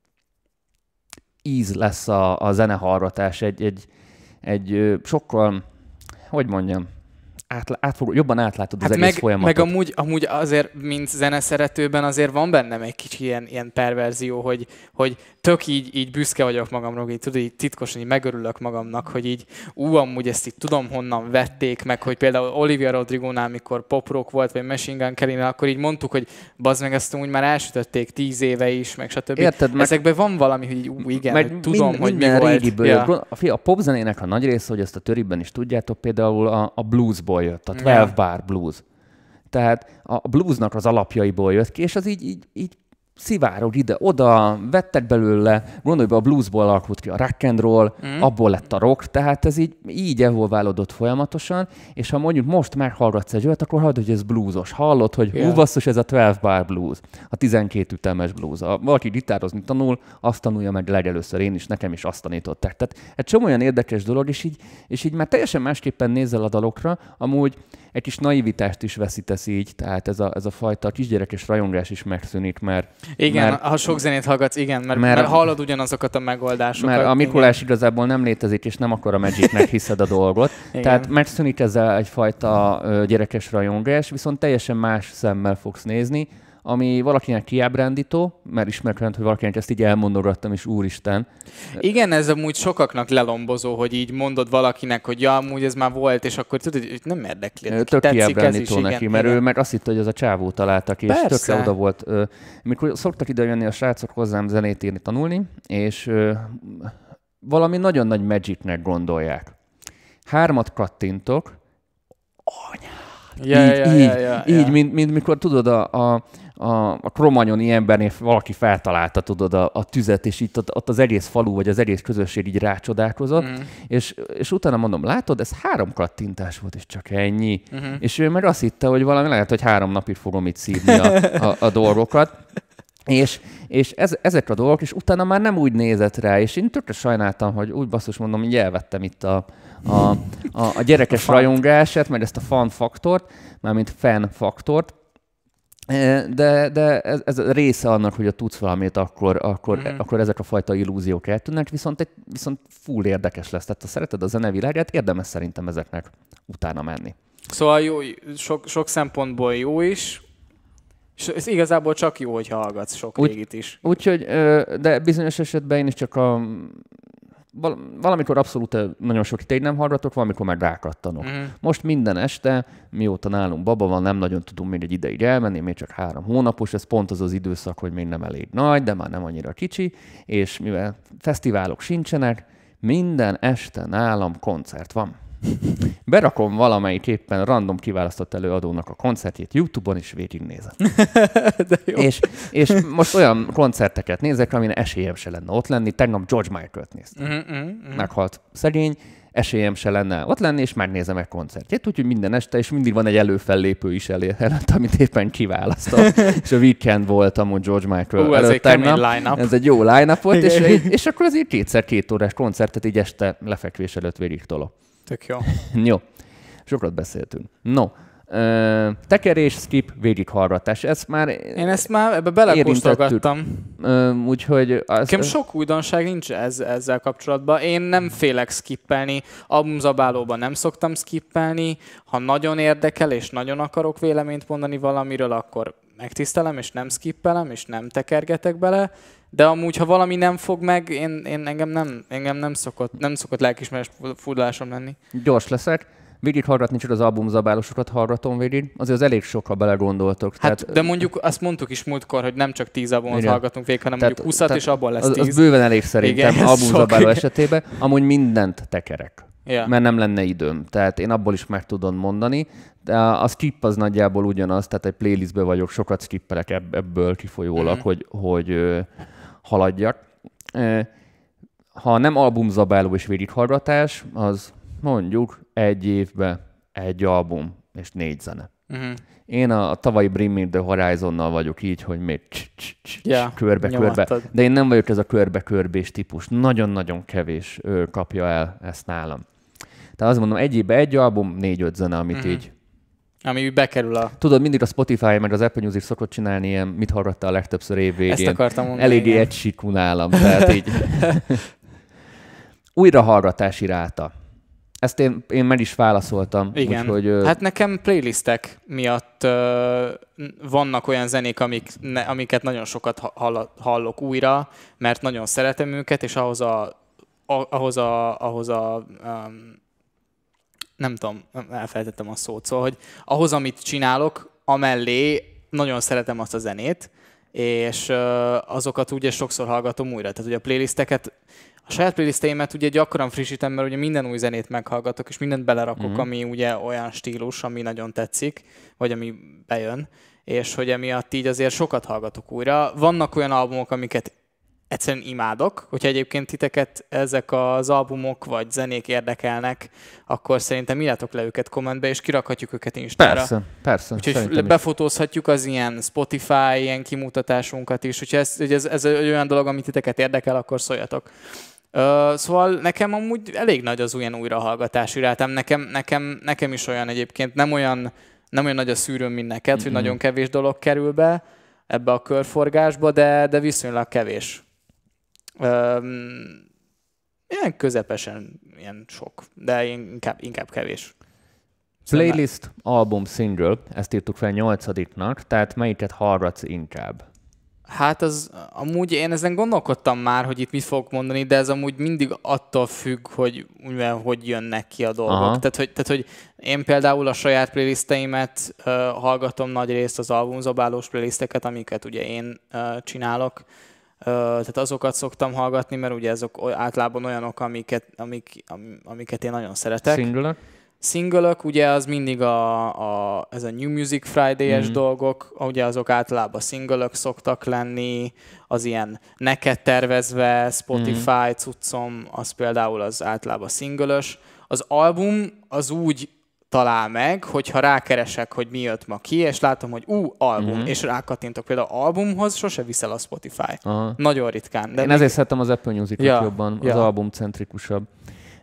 íz lesz a, a zenehallgatás, egy, egy, egy ö, sokkal, hogy mondjam, átla, átfog, jobban átlátod az hát egész meg, folyamatot. Meg amúgy, amúgy azért, mint zeneszeretőben azért van bennem egy kicsi ilyen, ilyen perverzió, hogy, hogy tök így, így büszke vagyok magamra, hogy tudod, így titkosan így megörülök magamnak, hogy így ú, amúgy ezt így tudom, honnan vették, meg hogy például Olivia Rodrigo-nál, mikor pop rock volt, vagy Machine Gun Kelly-nál, akkor így mondtuk, hogy bazd meg, ezt úgy már elsütötték tíz éve is, meg stb. Érted, meg, ezekben van valami, hogy így, ú, igen, meg tudom, mind, hogy mi volt. Ja. A, a popzenének a nagy része, hogy ezt a töriben is tudjátok, például a, a bluesból jött, a twelve bar blues. Tehát a bluesnak az alapjaiból jött ki, és az így, így, így szivárog ide-oda, vettek belőle, gondolj be, a bluesból alakult ki a rock and roll, mm. abból lett a rock, tehát ez így, így evolválódott folyamatosan, és ha mondjuk most meghallgatsz egy olyat, akkor hallod, hogy ez bluesos. Hallod, hogy yeah. hú, basszus, ez a twelve bar blues, a tizenkét ütemes blues. Ha valaki gitározni tanul, azt tanulja meg legelőször, én is, nekem is azt tanították. Tehát egy csomó olyan érdekes dolog, és így, és így már teljesen másképpen nézel a dalokra, amúgy egy kis naivitást is veszítesz így, tehát ez a, ez a fajta kisgyerekes rajongás is megszűnik, mert... Igen, mert, ha sok zenét hallgatsz, igen, mert, mert, mert hallod ugyanazokat a megoldásokat. Mert a Mikulás igen. igazából nem létezik, és nem akar a Magicnek hiszed a dolgot. Tehát megszűnik ezzel egyfajta gyerekes rajongás, viszont teljesen más szemmel fogsz nézni, ami valakinek kiábrándító, mert ismerkedett, hogy valakinek ezt így elmondogattam, és úristen. Igen, ez amúgy sokaknak lelombozó, hogy így mondod valakinek, hogy ja, amúgy ez már volt, és akkor tudod, hogy nem érdekli. Tök kiábrándító neki, igen, mert igen. ő meg azt hitte, hogy az a csávó találta ki, és tökre oda volt. Mikor szoktak ide jönni a srácok hozzám zenét írni, tanulni, és valami nagyon nagy magicnek gondolják. Hármat kattintok, anyám. Ja, így, ja, így, ja, ja, így ja. Mint, mint mikor tudod, a, a, a, a Kromanyon ilyenben valaki feltalálta, tudod, a, a tüzet, és itt ott, ott az egész falu, vagy az egész közösség így rácsodálkozott, mm. és, és utána mondom, látod, ez három kattintás volt, és csak ennyi. Mm-hmm. És ő meg azt hitte, hogy valami lehet, hogy három napig fogom itt szívni a, a, a dolgokat. És, és ez, ezek a dolgok, és utána már nem úgy nézett rá, és én tökre sajnáltam, hogy úgy basszus mondom, hogy elvettem itt a, a, a, a gyerekes a rajongását, meg ezt a fan faktort, mármint fan faktort, De, de ez, ez része annak, hogy a tudsz valamit, akkor, akkor, mm-hmm. akkor ezek a fajta illúziók eltűnnek, viszont, egy, viszont full érdekes lesz. Tehát ha szereted a zenevilágát, érdemes szerintem ezeknek utána menni. Szóval jó, sok, sok szempontból jó is, és ez igazából csak jó, hogy hallgatsz sok Úgy, régit is. Úgyhogy, de bizonyos esetben én is csak a... Valamikor abszolút nagyon sok ideig nem hallgatok, valamikor már rákattanok. Mm. Most minden este, mióta nálunk baba van, nem nagyon tudunk még egy ideig elmenni, még csak három hónapos, ez pont az az időszak, hogy még nem elég nagy, de már nem annyira kicsi, és mivel fesztiválok sincsenek, minden este nálam koncert van. Berakom valamelyik éppen random kiválasztott előadónak a koncertjét YouTube-on, és végignézem. és, és most olyan koncerteket nézek, amin esélyem se lenne ott lenni. Tegnap George Michael-t néztem. Mm-hmm. Meghalt szegény, esélyem se lenne ott lenni, és megnézem egy koncertjét. Úgyhogy minden este, és mindig van egy előfellépő is előtt, amit éppen kiválasztom. És a Weekend volt amúgy George Michael uh, előtt. Ez egy kemény line-up. Ez egy jó line-up volt, és, és akkor az így kétszer-két órás koncertet így este lefekvés előtt végig tolok. Tök jó. Jó. Sokat beszéltünk. No. Uh, tekerés, skip, végighallgatás. Ezt már Én ezt már ebbe belekóstolgattam. Uh, úgyhogy... Az, Nekem sok újdonság nincs ez, ezzel kapcsolatban. Én nem félek skippelni. Albumzabálóban nem szoktam skippelni. Ha nagyon érdekel, és nagyon akarok véleményt mondani valamiről, akkor megtisztelem, és nem skippelem, és nem tekergetek bele. De amúgy, ha valami nem fog meg, én, én engem nem, engem nem szokott, nem szokott lelkiismeres furdalásom lenni. Gyors leszek. Végig hallgatni, csak az albumzabálosokat hallgatom végig. Azért az elég sok, ha belegondoltok. Hát, tehát, de mondjuk azt mondtuk is múltkor, hogy nem csak tíz albumot igen. hallgatunk végig, hanem tehát, mondjuk húszat, és abból lesz az, tíz. Az bőven elég szerintem igen, albumzabáló sok, esetében. Amúgy mindent tekerek. Yeah. Mert nem lenne időm. Tehát én abból is meg tudom mondani. De a skip az nagyjából ugyanaz, tehát egy playlistben vagyok, sokat skippelek ebből kifolyólag, mm-hmm. hogy, hogy ö, haladjak. Ha nem albumzabáló és végighallgatás, az mondjuk egy évben egy album és négy zene. Uh-huh. Én a, a tavalyi Bring Me The Horizonnal vagyok így, hogy még yeah, körbe-körbe. De én nem vagyok ez a körbe-körbés típus. Nagyon-nagyon kevés ő, kapja el ezt nálam. Tehát azt mondom, egy évben egy album, négy-öt zene, amit uh-huh. így... Ami bekerül a... Tudod, mindig a Spotify meg az Apple Music szokott csinálni ilyen, mit hallgattál a legtöbbször év végén. Ezt akartam mondani. Eléggé egysíkú nálam, tehát így... Újrahallgatási ráta. Ezt én, én meg is válaszoltam. Igen. Úgy, hogy, hát nekem playlistek miatt uh, vannak olyan zenék, amik ne, amiket nagyon sokat hall, hallok újra, mert nagyon szeretem őket, és ahhoz a, a, ahhoz a, ahhoz a um, nem tudom, elfelejtettem a szót, szóval, hogy ahhoz, amit csinálok, amellé nagyon szeretem azt a zenét, és uh, azokat ugye sokszor hallgatom újra. Tehát ugye a playlisteket A saját playlisteimet ugye gyakran frissítem, mert ugye minden új zenét meghallgatok, és mindent belerakok, mm-hmm. ami ugye olyan stílus, ami nagyon tetszik, vagy ami bejön, és hogy emiatt így azért sokat hallgatok újra. Vannak olyan albumok, amiket egyszerűen imádok, hogyha egyébként titeket ezek az albumok vagy zenék érdekelnek, akkor szerintem írjátok le őket kommentbe, és kirakhatjuk őket Instára. Persze, persze. Úgyhogy befotózhatjuk az ilyen Spotify, ilyen kimutatásunkat is. Úgyhogy ez, ez, ez olyan dolog, amit titeket érdekel, akkor szóljatok. Uh, szóval nekem amúgy elég nagy az olyan újrahallgatási rátám. Nekem, nekem, nekem is olyan egyébként, nem olyan, nem olyan nagy a szűrőm, mint neked, mm-hmm. hogy nagyon kevés dolog kerül be ebbe a körforgásba, de, de viszonylag kevés. Um, ilyen közepesen ilyen sok, de inkább, inkább kevés. Playlist, album, single, ezt írtuk fel nyolcadiknak, tehát melyiket hallgatsz inkább? Hát az, amúgy én ezen gondolkodtam már, hogy itt mit fogok mondani, de ez amúgy mindig attól függ, hogy mivel, hogy jönnek ki a dolgok. Tehát hogy, tehát, hogy én például a saját playlisteimet uh, hallgatom nagy részt, az albumzabálós playlisteket, amiket ugye én uh, csinálok. Uh, tehát azokat szoktam hallgatni, mert ugye ezek általában olyanok, amiket, amik, am, amiket én nagyon szeretek. Single-ök? Single-ök, ugye az mindig a, a, ez a New Music Friday-es mm. dolgok, ugye azok általában single-ök szoktak lenni, az ilyen neked tervezve, Spotify mm. cuccom, az például az általában single-ös. Az album az úgy talál meg, hogyha rákeresek, hogy mi jött ma ki, és látom, hogy ú, album, mm. és rákattintok például albumhoz, sose viszel a Spotify. Aha. Nagyon ritkán. De Én még... ezért szeretem az Apple Music-ot ja, jobban, ja. az albumcentrikusabb.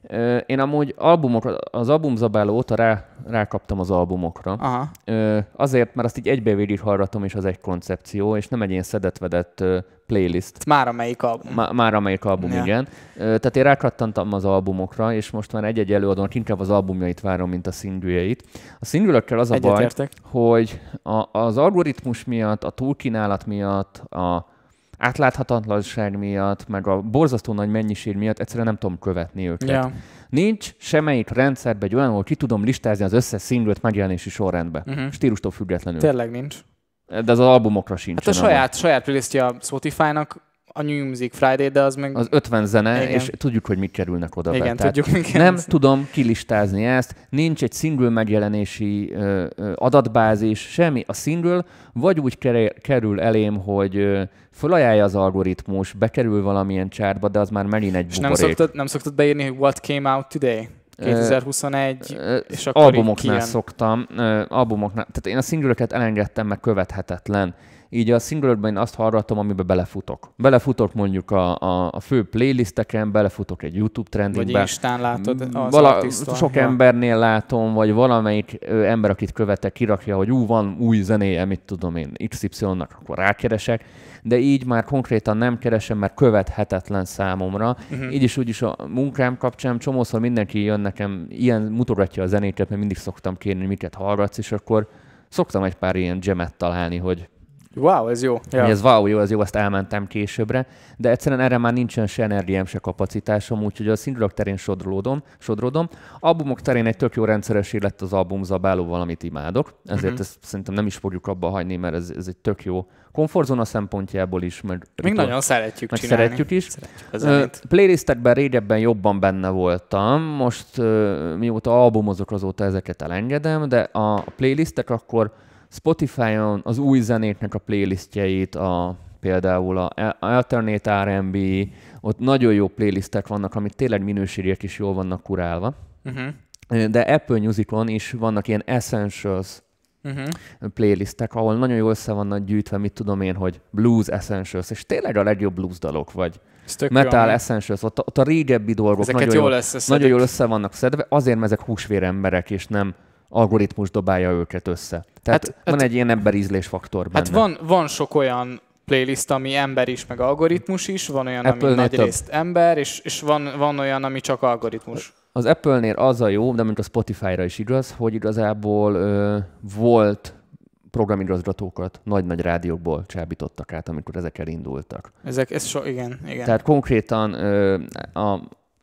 Én amúgy albumokra, az albumzabáló óta rá, rákaptam az albumokra. Aha. Azért, mert azt így egybe végig hallgatom, és az egy koncepció, és nem egy ilyen szedett-vedett playlist. Már amelyik album. Má, már amelyik album, ja. Igen. Tehát én rákattantam az albumokra, és most már egy-egy előadónak inkább az albumjait várom, mint a szingljeit. A singlökkel az a baj, értek. hogy a, az algoritmus miatt, a túlkínálat miatt, a átláthatatlanság miatt, meg a borzasztó nagy mennyiség miatt egyszerűen nem tudom követni őket. Ja. Nincs semmelyik rendszerben egy olyan, ahol ki tudom listázni az összes singlöt megjelenési sorrendbe. Uh-huh. Stílustól függetlenül. Tényleg nincs. De az albumokra sincs. Hát a saját, saját playlistja a Spotify-nak a New Music Friday, de az meg... Az ötven zene, igen. És tudjuk, hogy mit kerülnek oda. Igen, be. tudjuk, Tehát nem tudom kilistázni ezt, nincs egy single megjelenési ö, ö, adatbázis, semmi. A single vagy úgy kerül elém, hogy ö, fölajánlja az algoritmus, bekerül valamilyen chartba, de az már megint egy buborék. És nem szoktad, nem szoktad beírni, hogy what came out today? kétezer-huszonegy, ö, és akkor albumoknál szoktam, ö, albumoknál, tehát én a singlöket elengedtem, meg követhetetlen. Így a singlökben én azt hallgatom, amiben belefutok. Belefutok mondjuk a, a, a fő playlisteken, belefutok egy YouTube trendingbe. Vagy Instán látod az Vala, artista. Sok ja. embernél látom, vagy valamelyik ö, ember, akit követek, kirakja, hogy ú, van új zenéje, mit tudom én, iksz ipszilonnak, akkor rákeresek. De így már konkrétan nem keresem, mert követhetetlen számomra. Uh-huh. Így is úgyis a munkám kapcsán csomószor mindenki jön nekem, ilyen mutogatja a zenéket, mert mindig szoktam kérni, hogy miket hallgatsz, és akkor szoktam egy pár ilyen jamet találni, hogy wow, ez jó. Ja. Ez wow, jó, ez jó, ezt elmentem későbbre, de egyszerűen erre már nincsen se energiám, se kapacitásom, úgyhogy a singlök terén sodródom, sodródom. Albumok terén egy tök jó rendszeresség lett az albumzabáló, valamit imádok, ezért uh-huh. ezt szerintem nem is fogjuk abba hagyni, mert ez, ez egy tök jó komfortzóna szempontjából is. Mert még ritual, nagyon szeretjük meg csinálni. Szeretjük is. Szeretjük uh, playlistekben régebben jobban benne voltam, most uh, mióta albumozok, azóta ezeket elengedem, de a playlistek akkor Spotify-on az új zenéknek a playlistjeit, a, például a Alternate er end bé, ott nagyon jó playlistek vannak, amik tényleg minőségiek is jól vannak kurálva. Uh-huh. De Apple Musicon is vannak ilyen Essentials uh-huh. playlistek, ahol nagyon jól össze vannak gyűjtve, mit tudom én, hogy Blues Essentials, és tényleg a legjobb blues dalok, vagy Metal jó, Essentials, ott, ott a régebbi dolgok nagyon jól, jól nagyon jól össze vannak szedve, azért, mert ezek húsvér emberek, és nem algoritmus dobálja őket össze. Tehát hát, van hát, egy ilyen emberízlésfaktor benne. Hát van, van sok olyan playlist, ami ember is, meg algoritmus is, van olyan, Apple ami nagy részt ember, és, és van, van olyan, ami csak algoritmus. Az Apple-nél az a jó, de mint a Spotify-ra is igaz, hogy igazából ö, volt programigazgatókat nagy-nagy rádiókból csábítottak át, amikor ezek elindultak. Ezek, ez so, igen, igen. Tehát konkrétan ö, a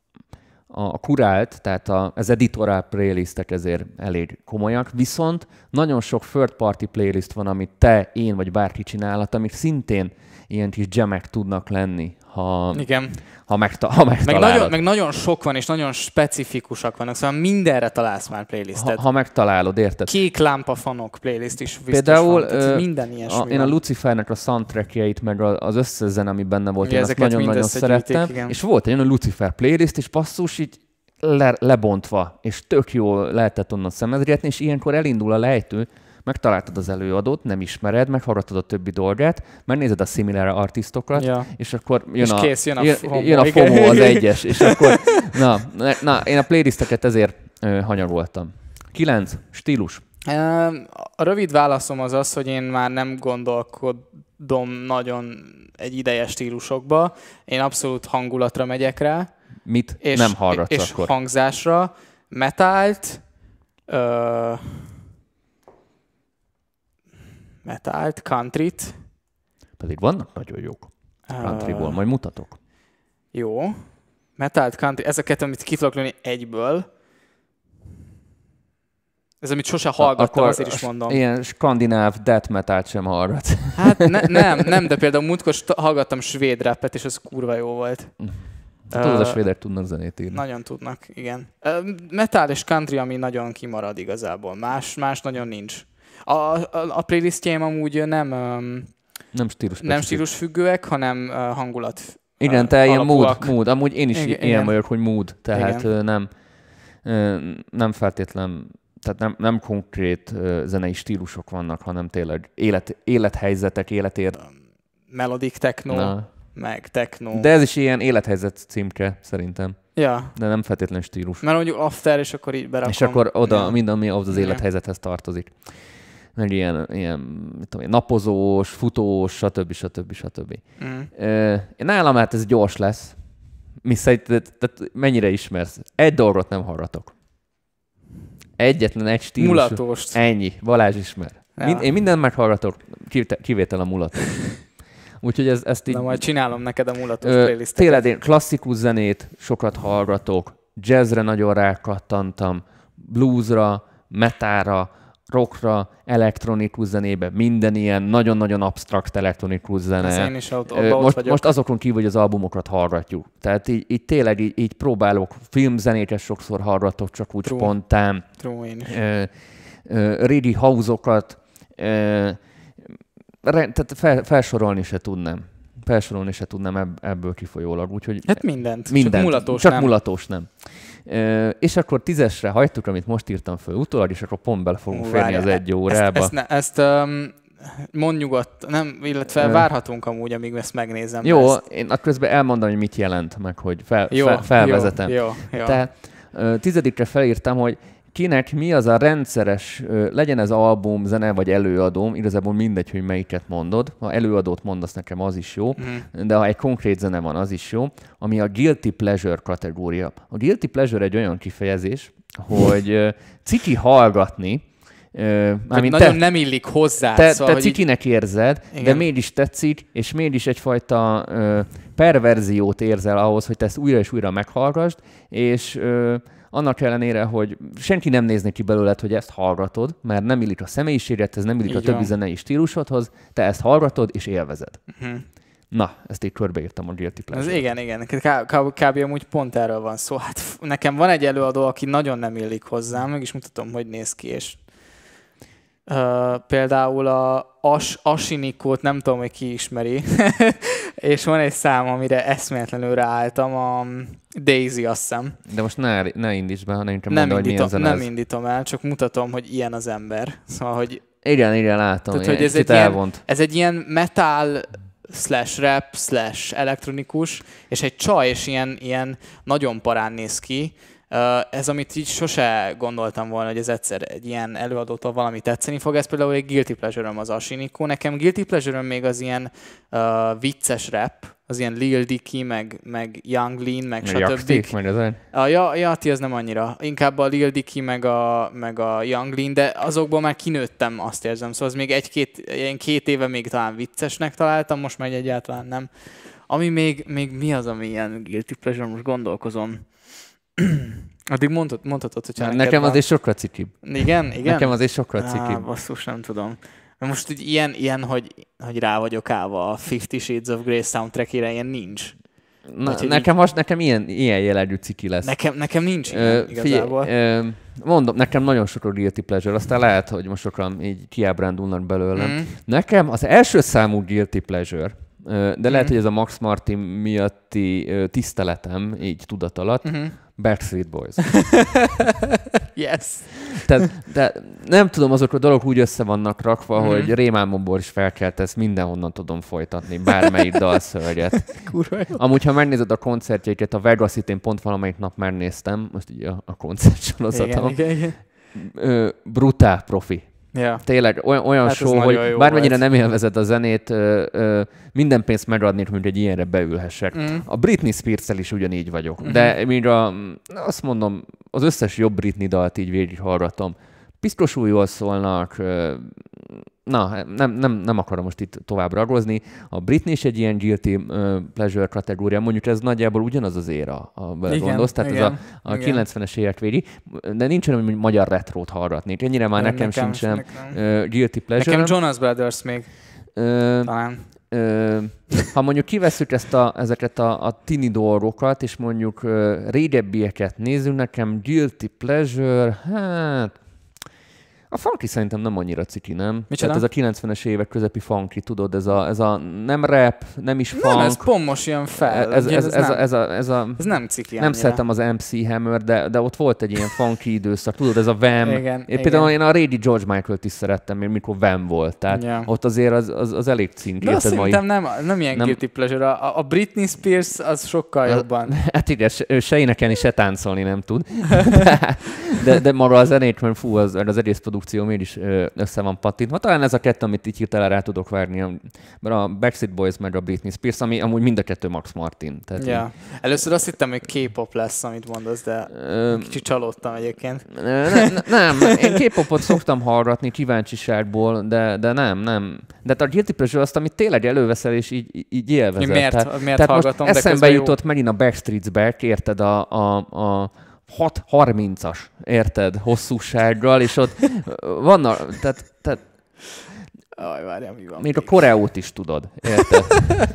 a kurált, tehát a, az editorál playlistek ezért elég komolyak, viszont nagyon sok third party playlist van, amit te, én vagy bárki csinálhat, amik szintén ilyen kis jamek tudnak lenni, ha, igen. ha, megta- ha megtalálod. Meg nagyon, meg nagyon sok van, és nagyon specifikusak vannak, szóval mindenre találsz már playlistet. Ha, ha megtalálod, érted? Kék lámpa fanok playlist is biztos például, van, tehát minden ilyesmi a, én a Lucifernek a soundtrackjeit, meg az összes zene, ami benne volt, ugye én azt nagyon-nagyon szerettem. Igen. És volt egy olyan Lucifer playlist, és basszus, így le, lebontva, és tök jól lehetett onnan szemezgetni, és ilyenkor elindul a lejtő, megtaláltad az előadót, nem ismered, meghallgatod a többi dolgát, megnézed a similar artistokat, ja. és akkor jön, és a, kész, jön a FOMO, jön a FOMO az egyes, és akkor na, na, én a playlisteket ezért ö, hanyagoltam. Kilenc. Stílus. A rövid válaszom az az, hogy én már nem gondolkodom nagyon egy ideje stílusokba, én abszolút hangulatra megyek rá. Mit és, nem hallgatsz és akkor? És hangzásra, metált, ö, metált, countryt. Pedig vannak nagyon jók. Countryból, uh, majd mutatok. Jó. Metált, country, ezeket, amit ki tudok lőni egyből. Ez, amit sose hallgattam, akkor azért is mondom. Ilyen skandináv death metalt sem hallgat. Hát ne, nem, nem, de például múltkor hallgattam svéd rappet, és az kurva jó volt. Tudod, uh, a svédek tudnak zenét írni. Nagyon tudnak, igen. Uh, metal és country, ami nagyon kimarad igazából. Más, más nagyon nincs. A, a, a playlistjeim amúgy nem, um, nem, stílus nem stílusfüggőek, hanem uh, hangulat. Igen, te ilyen mood, mood. Amúgy én is igen, ilyen igen. vagyok, hogy mood. Tehát igen. nem, nem feltétlen, tehát nem, nem konkrét zenei stílusok vannak, hanem tényleg élet, élethelyzetek, életért. Melodic techno. Na. meg techno. De ez is ilyen élethelyzet címke, szerintem. Ja. De nem feltétlenül stílus. Mert mondjuk after, és akkor így berakom. És akkor oda, ja. minden, ami ahhoz az élethelyzethez tartozik. Meg ilyen, ilyen mit tudom, napozós, futós, stb. stb. stb. Mm. Uh, nálam hát ez gyors lesz. Mi szerint, tehát mennyire ismersz? Egy dolgot nem hallgatok. Egyetlen egy stílus. Mulatóst. Ennyi. Balázs ismer. Ja. Mind, én mindent meghallgatok, kivétel a mulatós. Úgyhogy ez, ezt így... Na majd csinálom neked a mulatos playlistet. Tényleg én klasszikus zenét sokat hallgatok, jazzre nagyon rákattantam, bluesra, metára, rockra, elektronikus zenébe, minden ilyen nagyon-nagyon absztrakt elektronikus zene. Ez én is ott, ott most, vagyok. most azokon kívül, hogy az albumokat hallgatjuk. Tehát így, így tényleg így, így próbálok, filmzenéket sokszor hallgatok, csak úgy True. spontán. True, én is. Uh, uh, Ready House-okat, uh, tehát fel, felsorolni se tudnám. Felsorolni se tudnám ebb, ebből kifolyólag. Úgyhogy hát mindent, mindent. csak mulatós csak nem. mulatós nem. E, és akkor tízesre hagytuk, amit most írtam föl utólag, és akkor pont bele fogunk férni az egy órába. Ezt, ezt, ezt um, mondd nyugodt, nem, illetve várhatunk amúgy, amíg ezt megnézem. Jó, ezt. én akkor közben elmondom, hogy mit jelent, meg hogy fel, jó, fel, felvezetem. Jó, jó, jó. Tehát tizedikre felírtam, hogy kinek mi az a rendszeres, legyen ez album, zene vagy előadóm, igazából mindegy, hogy melyiket mondod. Ha előadót mondasz, nekem az is jó, mm. de ha egy konkrét zene van, az is jó, ami a guilty pleasure kategória. A guilty pleasure egy olyan kifejezés, hogy ciki hallgatni, Uh, nagyon te, nem illik hozzá. Te, szóval, te cikinek így... érzed, igen. De mégis tetszik, és mégis egyfajta uh, perverziót érzel ahhoz, hogy te ezt újra és újra meghallgassd, és uh, annak ellenére, hogy senki nem nézné ki belőled, hogy ezt hallgatod, mert nem illik a személyiségedhez, nem illik így a többi van. Zenei stílusodhoz, te ezt hallgatod és élvezed. Uh-huh. Na, ezt így körbeírtam a guilty pleasure. Ez igen, igen. Kb. Kb. Amúgy pont erről van szó. Hát nekem van egy előadó, aki nagyon nem illik hozzám, meg is mutatom, hogy néz ki, és Uh, például a As, Asinikót nem tudom, hogy ki ismeri, és van egy szám, amire eszméletlenül ráálltam, a Daisy, azt hiszem. De most ne, ne indíts be, hanem inkább nem mondom, indítom, hogy milyen Nem indítom el, csak mutatom, hogy ilyen az ember. Szóval, hogy... Igen, igen, látom. Tehát, hogy ez, egy ilyen, ez egy ilyen metal slash rap slash elektronikus, és egy csaj, és ilyen, ilyen nagyon parán néz ki. Ez, amit így sose gondoltam volna, hogy ez egyszer egy ilyen előadótól valami tetszeni fog, ez például egy guilty pleasure-öm az Asinikó. Nekem guilty pleasure-öm még az ilyen uh, vicces rap, az ilyen Lil Dicky, meg, meg Young Lean, meg stb. A ja, Jati az nem annyira. Inkább a Lil Dicky, meg a, meg a Young Lean, de azokból már kinőttem, azt érzem. Szóval az még egy-két, ilyen két éve még talán viccesnek találtam, most már egyáltalán nem. Ami még, még mi az, ami ilyen guilty pleasure, most gondolkozom. Addig mondhat, mondhatod, hogyha neked Nekem azért sokkal cikibb. Igen? Igen? Nekem azért sokkal cikibb. Ah, basszus, nem tudom. Most így ilyen, ilyen hogy, hogy rá vagyok állva a Fifty Shades of Grey soundtrackére, ilyen nincs. Na, Vagy, nekem, most, nekem ilyen, ilyen jellegű ciki lesz. Nekem, nekem nincs ilyen, ö, igazából. Figyelj, mondom, nekem nagyon sok a guilty pleasure, aztán lehet, hogy most sokan így kiábrándulnak belőlem. Mm. Nekem az első számú guilty pleasure, de lehet, mm. hogy ez a Max Martin miatti tiszteletem, így tudat alatt, mm-hmm. Backstreet Boys. Yes. Tehát, de nem tudom, azok a dolgok úgy össze vannak rakva, mm-hmm. hogy rémálmomból is felkeltesz, mindenhonnan tudom folytatni, bármelyik dalszörnyet. Amúgy, ha megnézed a koncertjeiket, a Vegas City-n pont valamelyik nap megnéztem, most így a, a koncertsorozatom. Igen, igen, igen. Ö, brutál profi. Yeah. Tényleg olyan, olyan hát show, hogy bármennyire volt. Nem élvezed a zenét, ö, ö, minden pénzt megadnék, hogy egy ilyenre beülhessek. Mm. A Britney Spears-szel is ugyanígy vagyok. Mm-hmm. De még a, azt mondom, az összes jobb Britney dalt így végighallgatom. Piszkosul jól szólnak, ö, na, nem, nem, nem akarom most itt tovább ragozni. A Britney is egy ilyen guilty uh, pleasure kategória, mondjuk ez nagyjából ugyanaz az éra, a gondolsz, tehát igen, ez a, a kilencvenes évek végi, de nincsen, hogy magyar retrót hallgatnék. Ennyire már nekem, nekem sincsen uh, guilty pleasure. Nekem Jonas Brothers még, uh, talán. Uh, ha mondjuk kivesszük ezt a, ezeket a, a tini dolgokat, és mondjuk uh, régebbieket nézzünk, nekem guilty pleasure, hát A funky szerintem nem annyira ciki, nem? Micsoda? Tehát ez a kilencvenes évek közepi funky, tudod, ez a, ez a nem rap, nem is funk. Nem, ez pont most jön fel. Ez, ez, ez, ez, nem, a, ez, a, ez, a, ez nem ciki Nem annyira. szeretem az em cé Hammer, de, de ott volt egy ilyen funky időszak, tudod, ez a Wham. Igen, én például én a régi George Michael-t is szerettem, mikor Wham volt, tehát ja. ott azért az, az, az elég cinki. De azt szerintem mai... nem, nem ilyen nem... guilty pleasure. A, a Britney Spears az sokkal jobban. Hát igen, se, se énekelni, se táncolni nem tud. De, de, de maga a zenét, mert fú, az, az egész produkció mégis össze van pattintva. Talán ez a kettő, amit így hirtelen rá tudok várni, mert a Backstreet Boys meg a Britney Spears, ami amúgy mind a kettő Max Martin. Tehát ja. Én... Először azt hittem, hogy K-pop lesz, amit mondasz, de Ö... kicsit csalódtam egyébként. Ne, ne, nem, én K-popot szoktam hallgatni kíváncsiságból, de, de nem, nem. De a Guilty Pleasure azt, amit tényleg előveszel, és így, így élvezed. Miért, tehát, miért tehát hallgatom, most eszembe jó... jutott megint a Backstreet's Back, érted, a, a, a hat harmincas, érted, hosszúsággal, és ott vannak, tehát, tehát Aj, várjál, mi van? még a koreót is tudod, érted?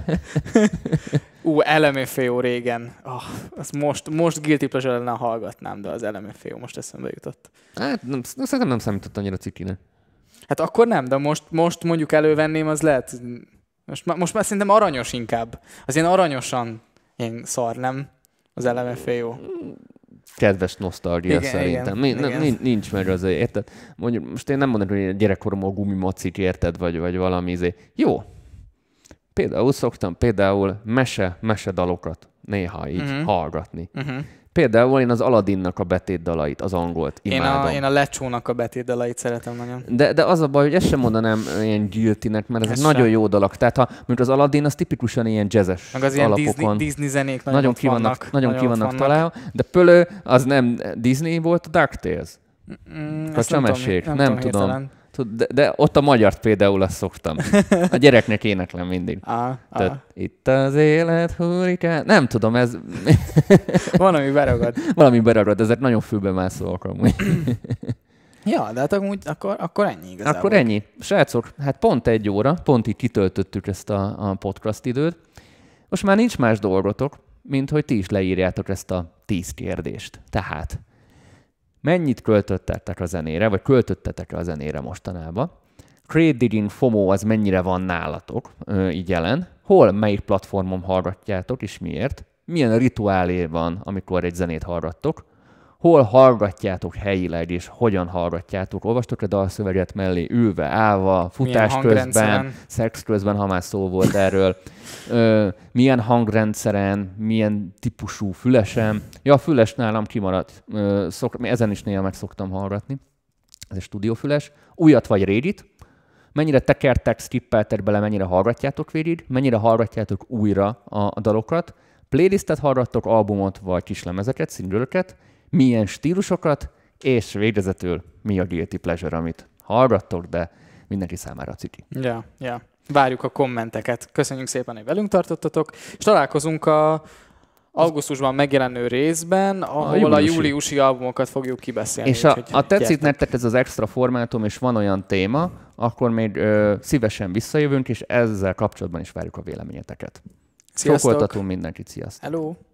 Ú, el em ef o régen. Oh, azt most, most Guilty Pleasure-en hallgatnám, de az el em ef o most eszembe jutott. Hát nem, szerintem nem számított annyira cikinek. Hát akkor nem, de most, most mondjuk elővenném, az lehet... Most, most már szerintem aranyos inkább. Az ilyen aranyosan ilyen szar, nem? Az el em ef o. Kedves nosztalgia igen, szerintem. Igen, nincs, igen. nincs meg az, érted? Mondjuk, most én nem mondom, hogy gyerekkoromban gumimacik, érted, vagy, vagy valami izé. Jó. Például szoktam például mese, mesedalokat néha így uh-huh. hallgatni. Uh-huh. Például én az Aladdinnak a betétdalait, az angolt imádom. Én a, én a Lecsónak a betétdalait szeretem nagyon. De, de az a baj, hogy ezt sem mondanám ilyen guilty-nek, mert ez, ez nagyon sem. Jó dalak. Tehát ha, mint az Aladdin, az tipikusan ilyen jazzes meg az ilyen alapokon. Disney, Disney zenék nagyon, nagyon ki vannak, vannak. Nagyon ki vannak találva. De Pölő, az nem Disney volt, a DuckTales. Mm, nem, mesék, nem, nem tudom. Hirtelen. De, de ott a magyart például azt szoktam. A gyereknek éneklem mindig. Ah, ah. Itt az élet hurrikán. Nem tudom, ez... Valami beragad. Valami beragad, ezek nagyon fülbemászóak amúgy. Ja, de hát amúgy akkor, akkor ennyi igazából. Akkor ennyi. Srácok, hát pont egy óra, pont így kitöltöttük ezt a, a podcast időt. Most már nincs más dolgotok, mint hogy ti is leírjátok ezt a tíz kérdést. Tehát... mennyit költöttetek a zenére, vagy költöttetek a zenére mostanában? Crate Digging FOMO az mennyire van nálatok, így jelen? Hol, melyik platformon hallgatjátok, és miért? Milyen rituálé van, amikor egy zenét hallgattok? Hol hallgatjátok helyileg, és hogyan hallgatjátok? Olvastok-e dalszöveget mellé, ülve, állva, futás közben, szex közben, ha már szó volt erről? Ö, milyen hangrendszeren, milyen típusú fülesen? Ja, a füles nálam kimaradt. Ö, szok, ezen is néha meg szoktam hallgatni. Ez egy stúdiófüles. Újat vagy régit? Mennyire tekertek, skippeltek bele, mennyire hallgatjátok végig? Mennyire hallgatjátok újra a, a dalokat? Playlistet hallgattok, albumot vagy kislemezeket, singlöket? Milyen stílusokat, és végezetül mi a guilty pleasure, amit hallgattok, de mindenki számára ciki. Ja, ja. Várjuk a kommenteket. Köszönjük szépen, hogy velünk tartottatok, és találkozunk a augusztusban megjelenő részben, ahol a júliusi, a júliusi albumokat fogjuk kibeszélni. És a, a tetszik nektek ez az extra formátum, és van olyan téma, akkor még ö, szívesen visszajövünk, és ezzel kapcsolatban is várjuk a véleményeteket. Sziasztok! Sokoltatunk mindenkit, sziasztok! Hello!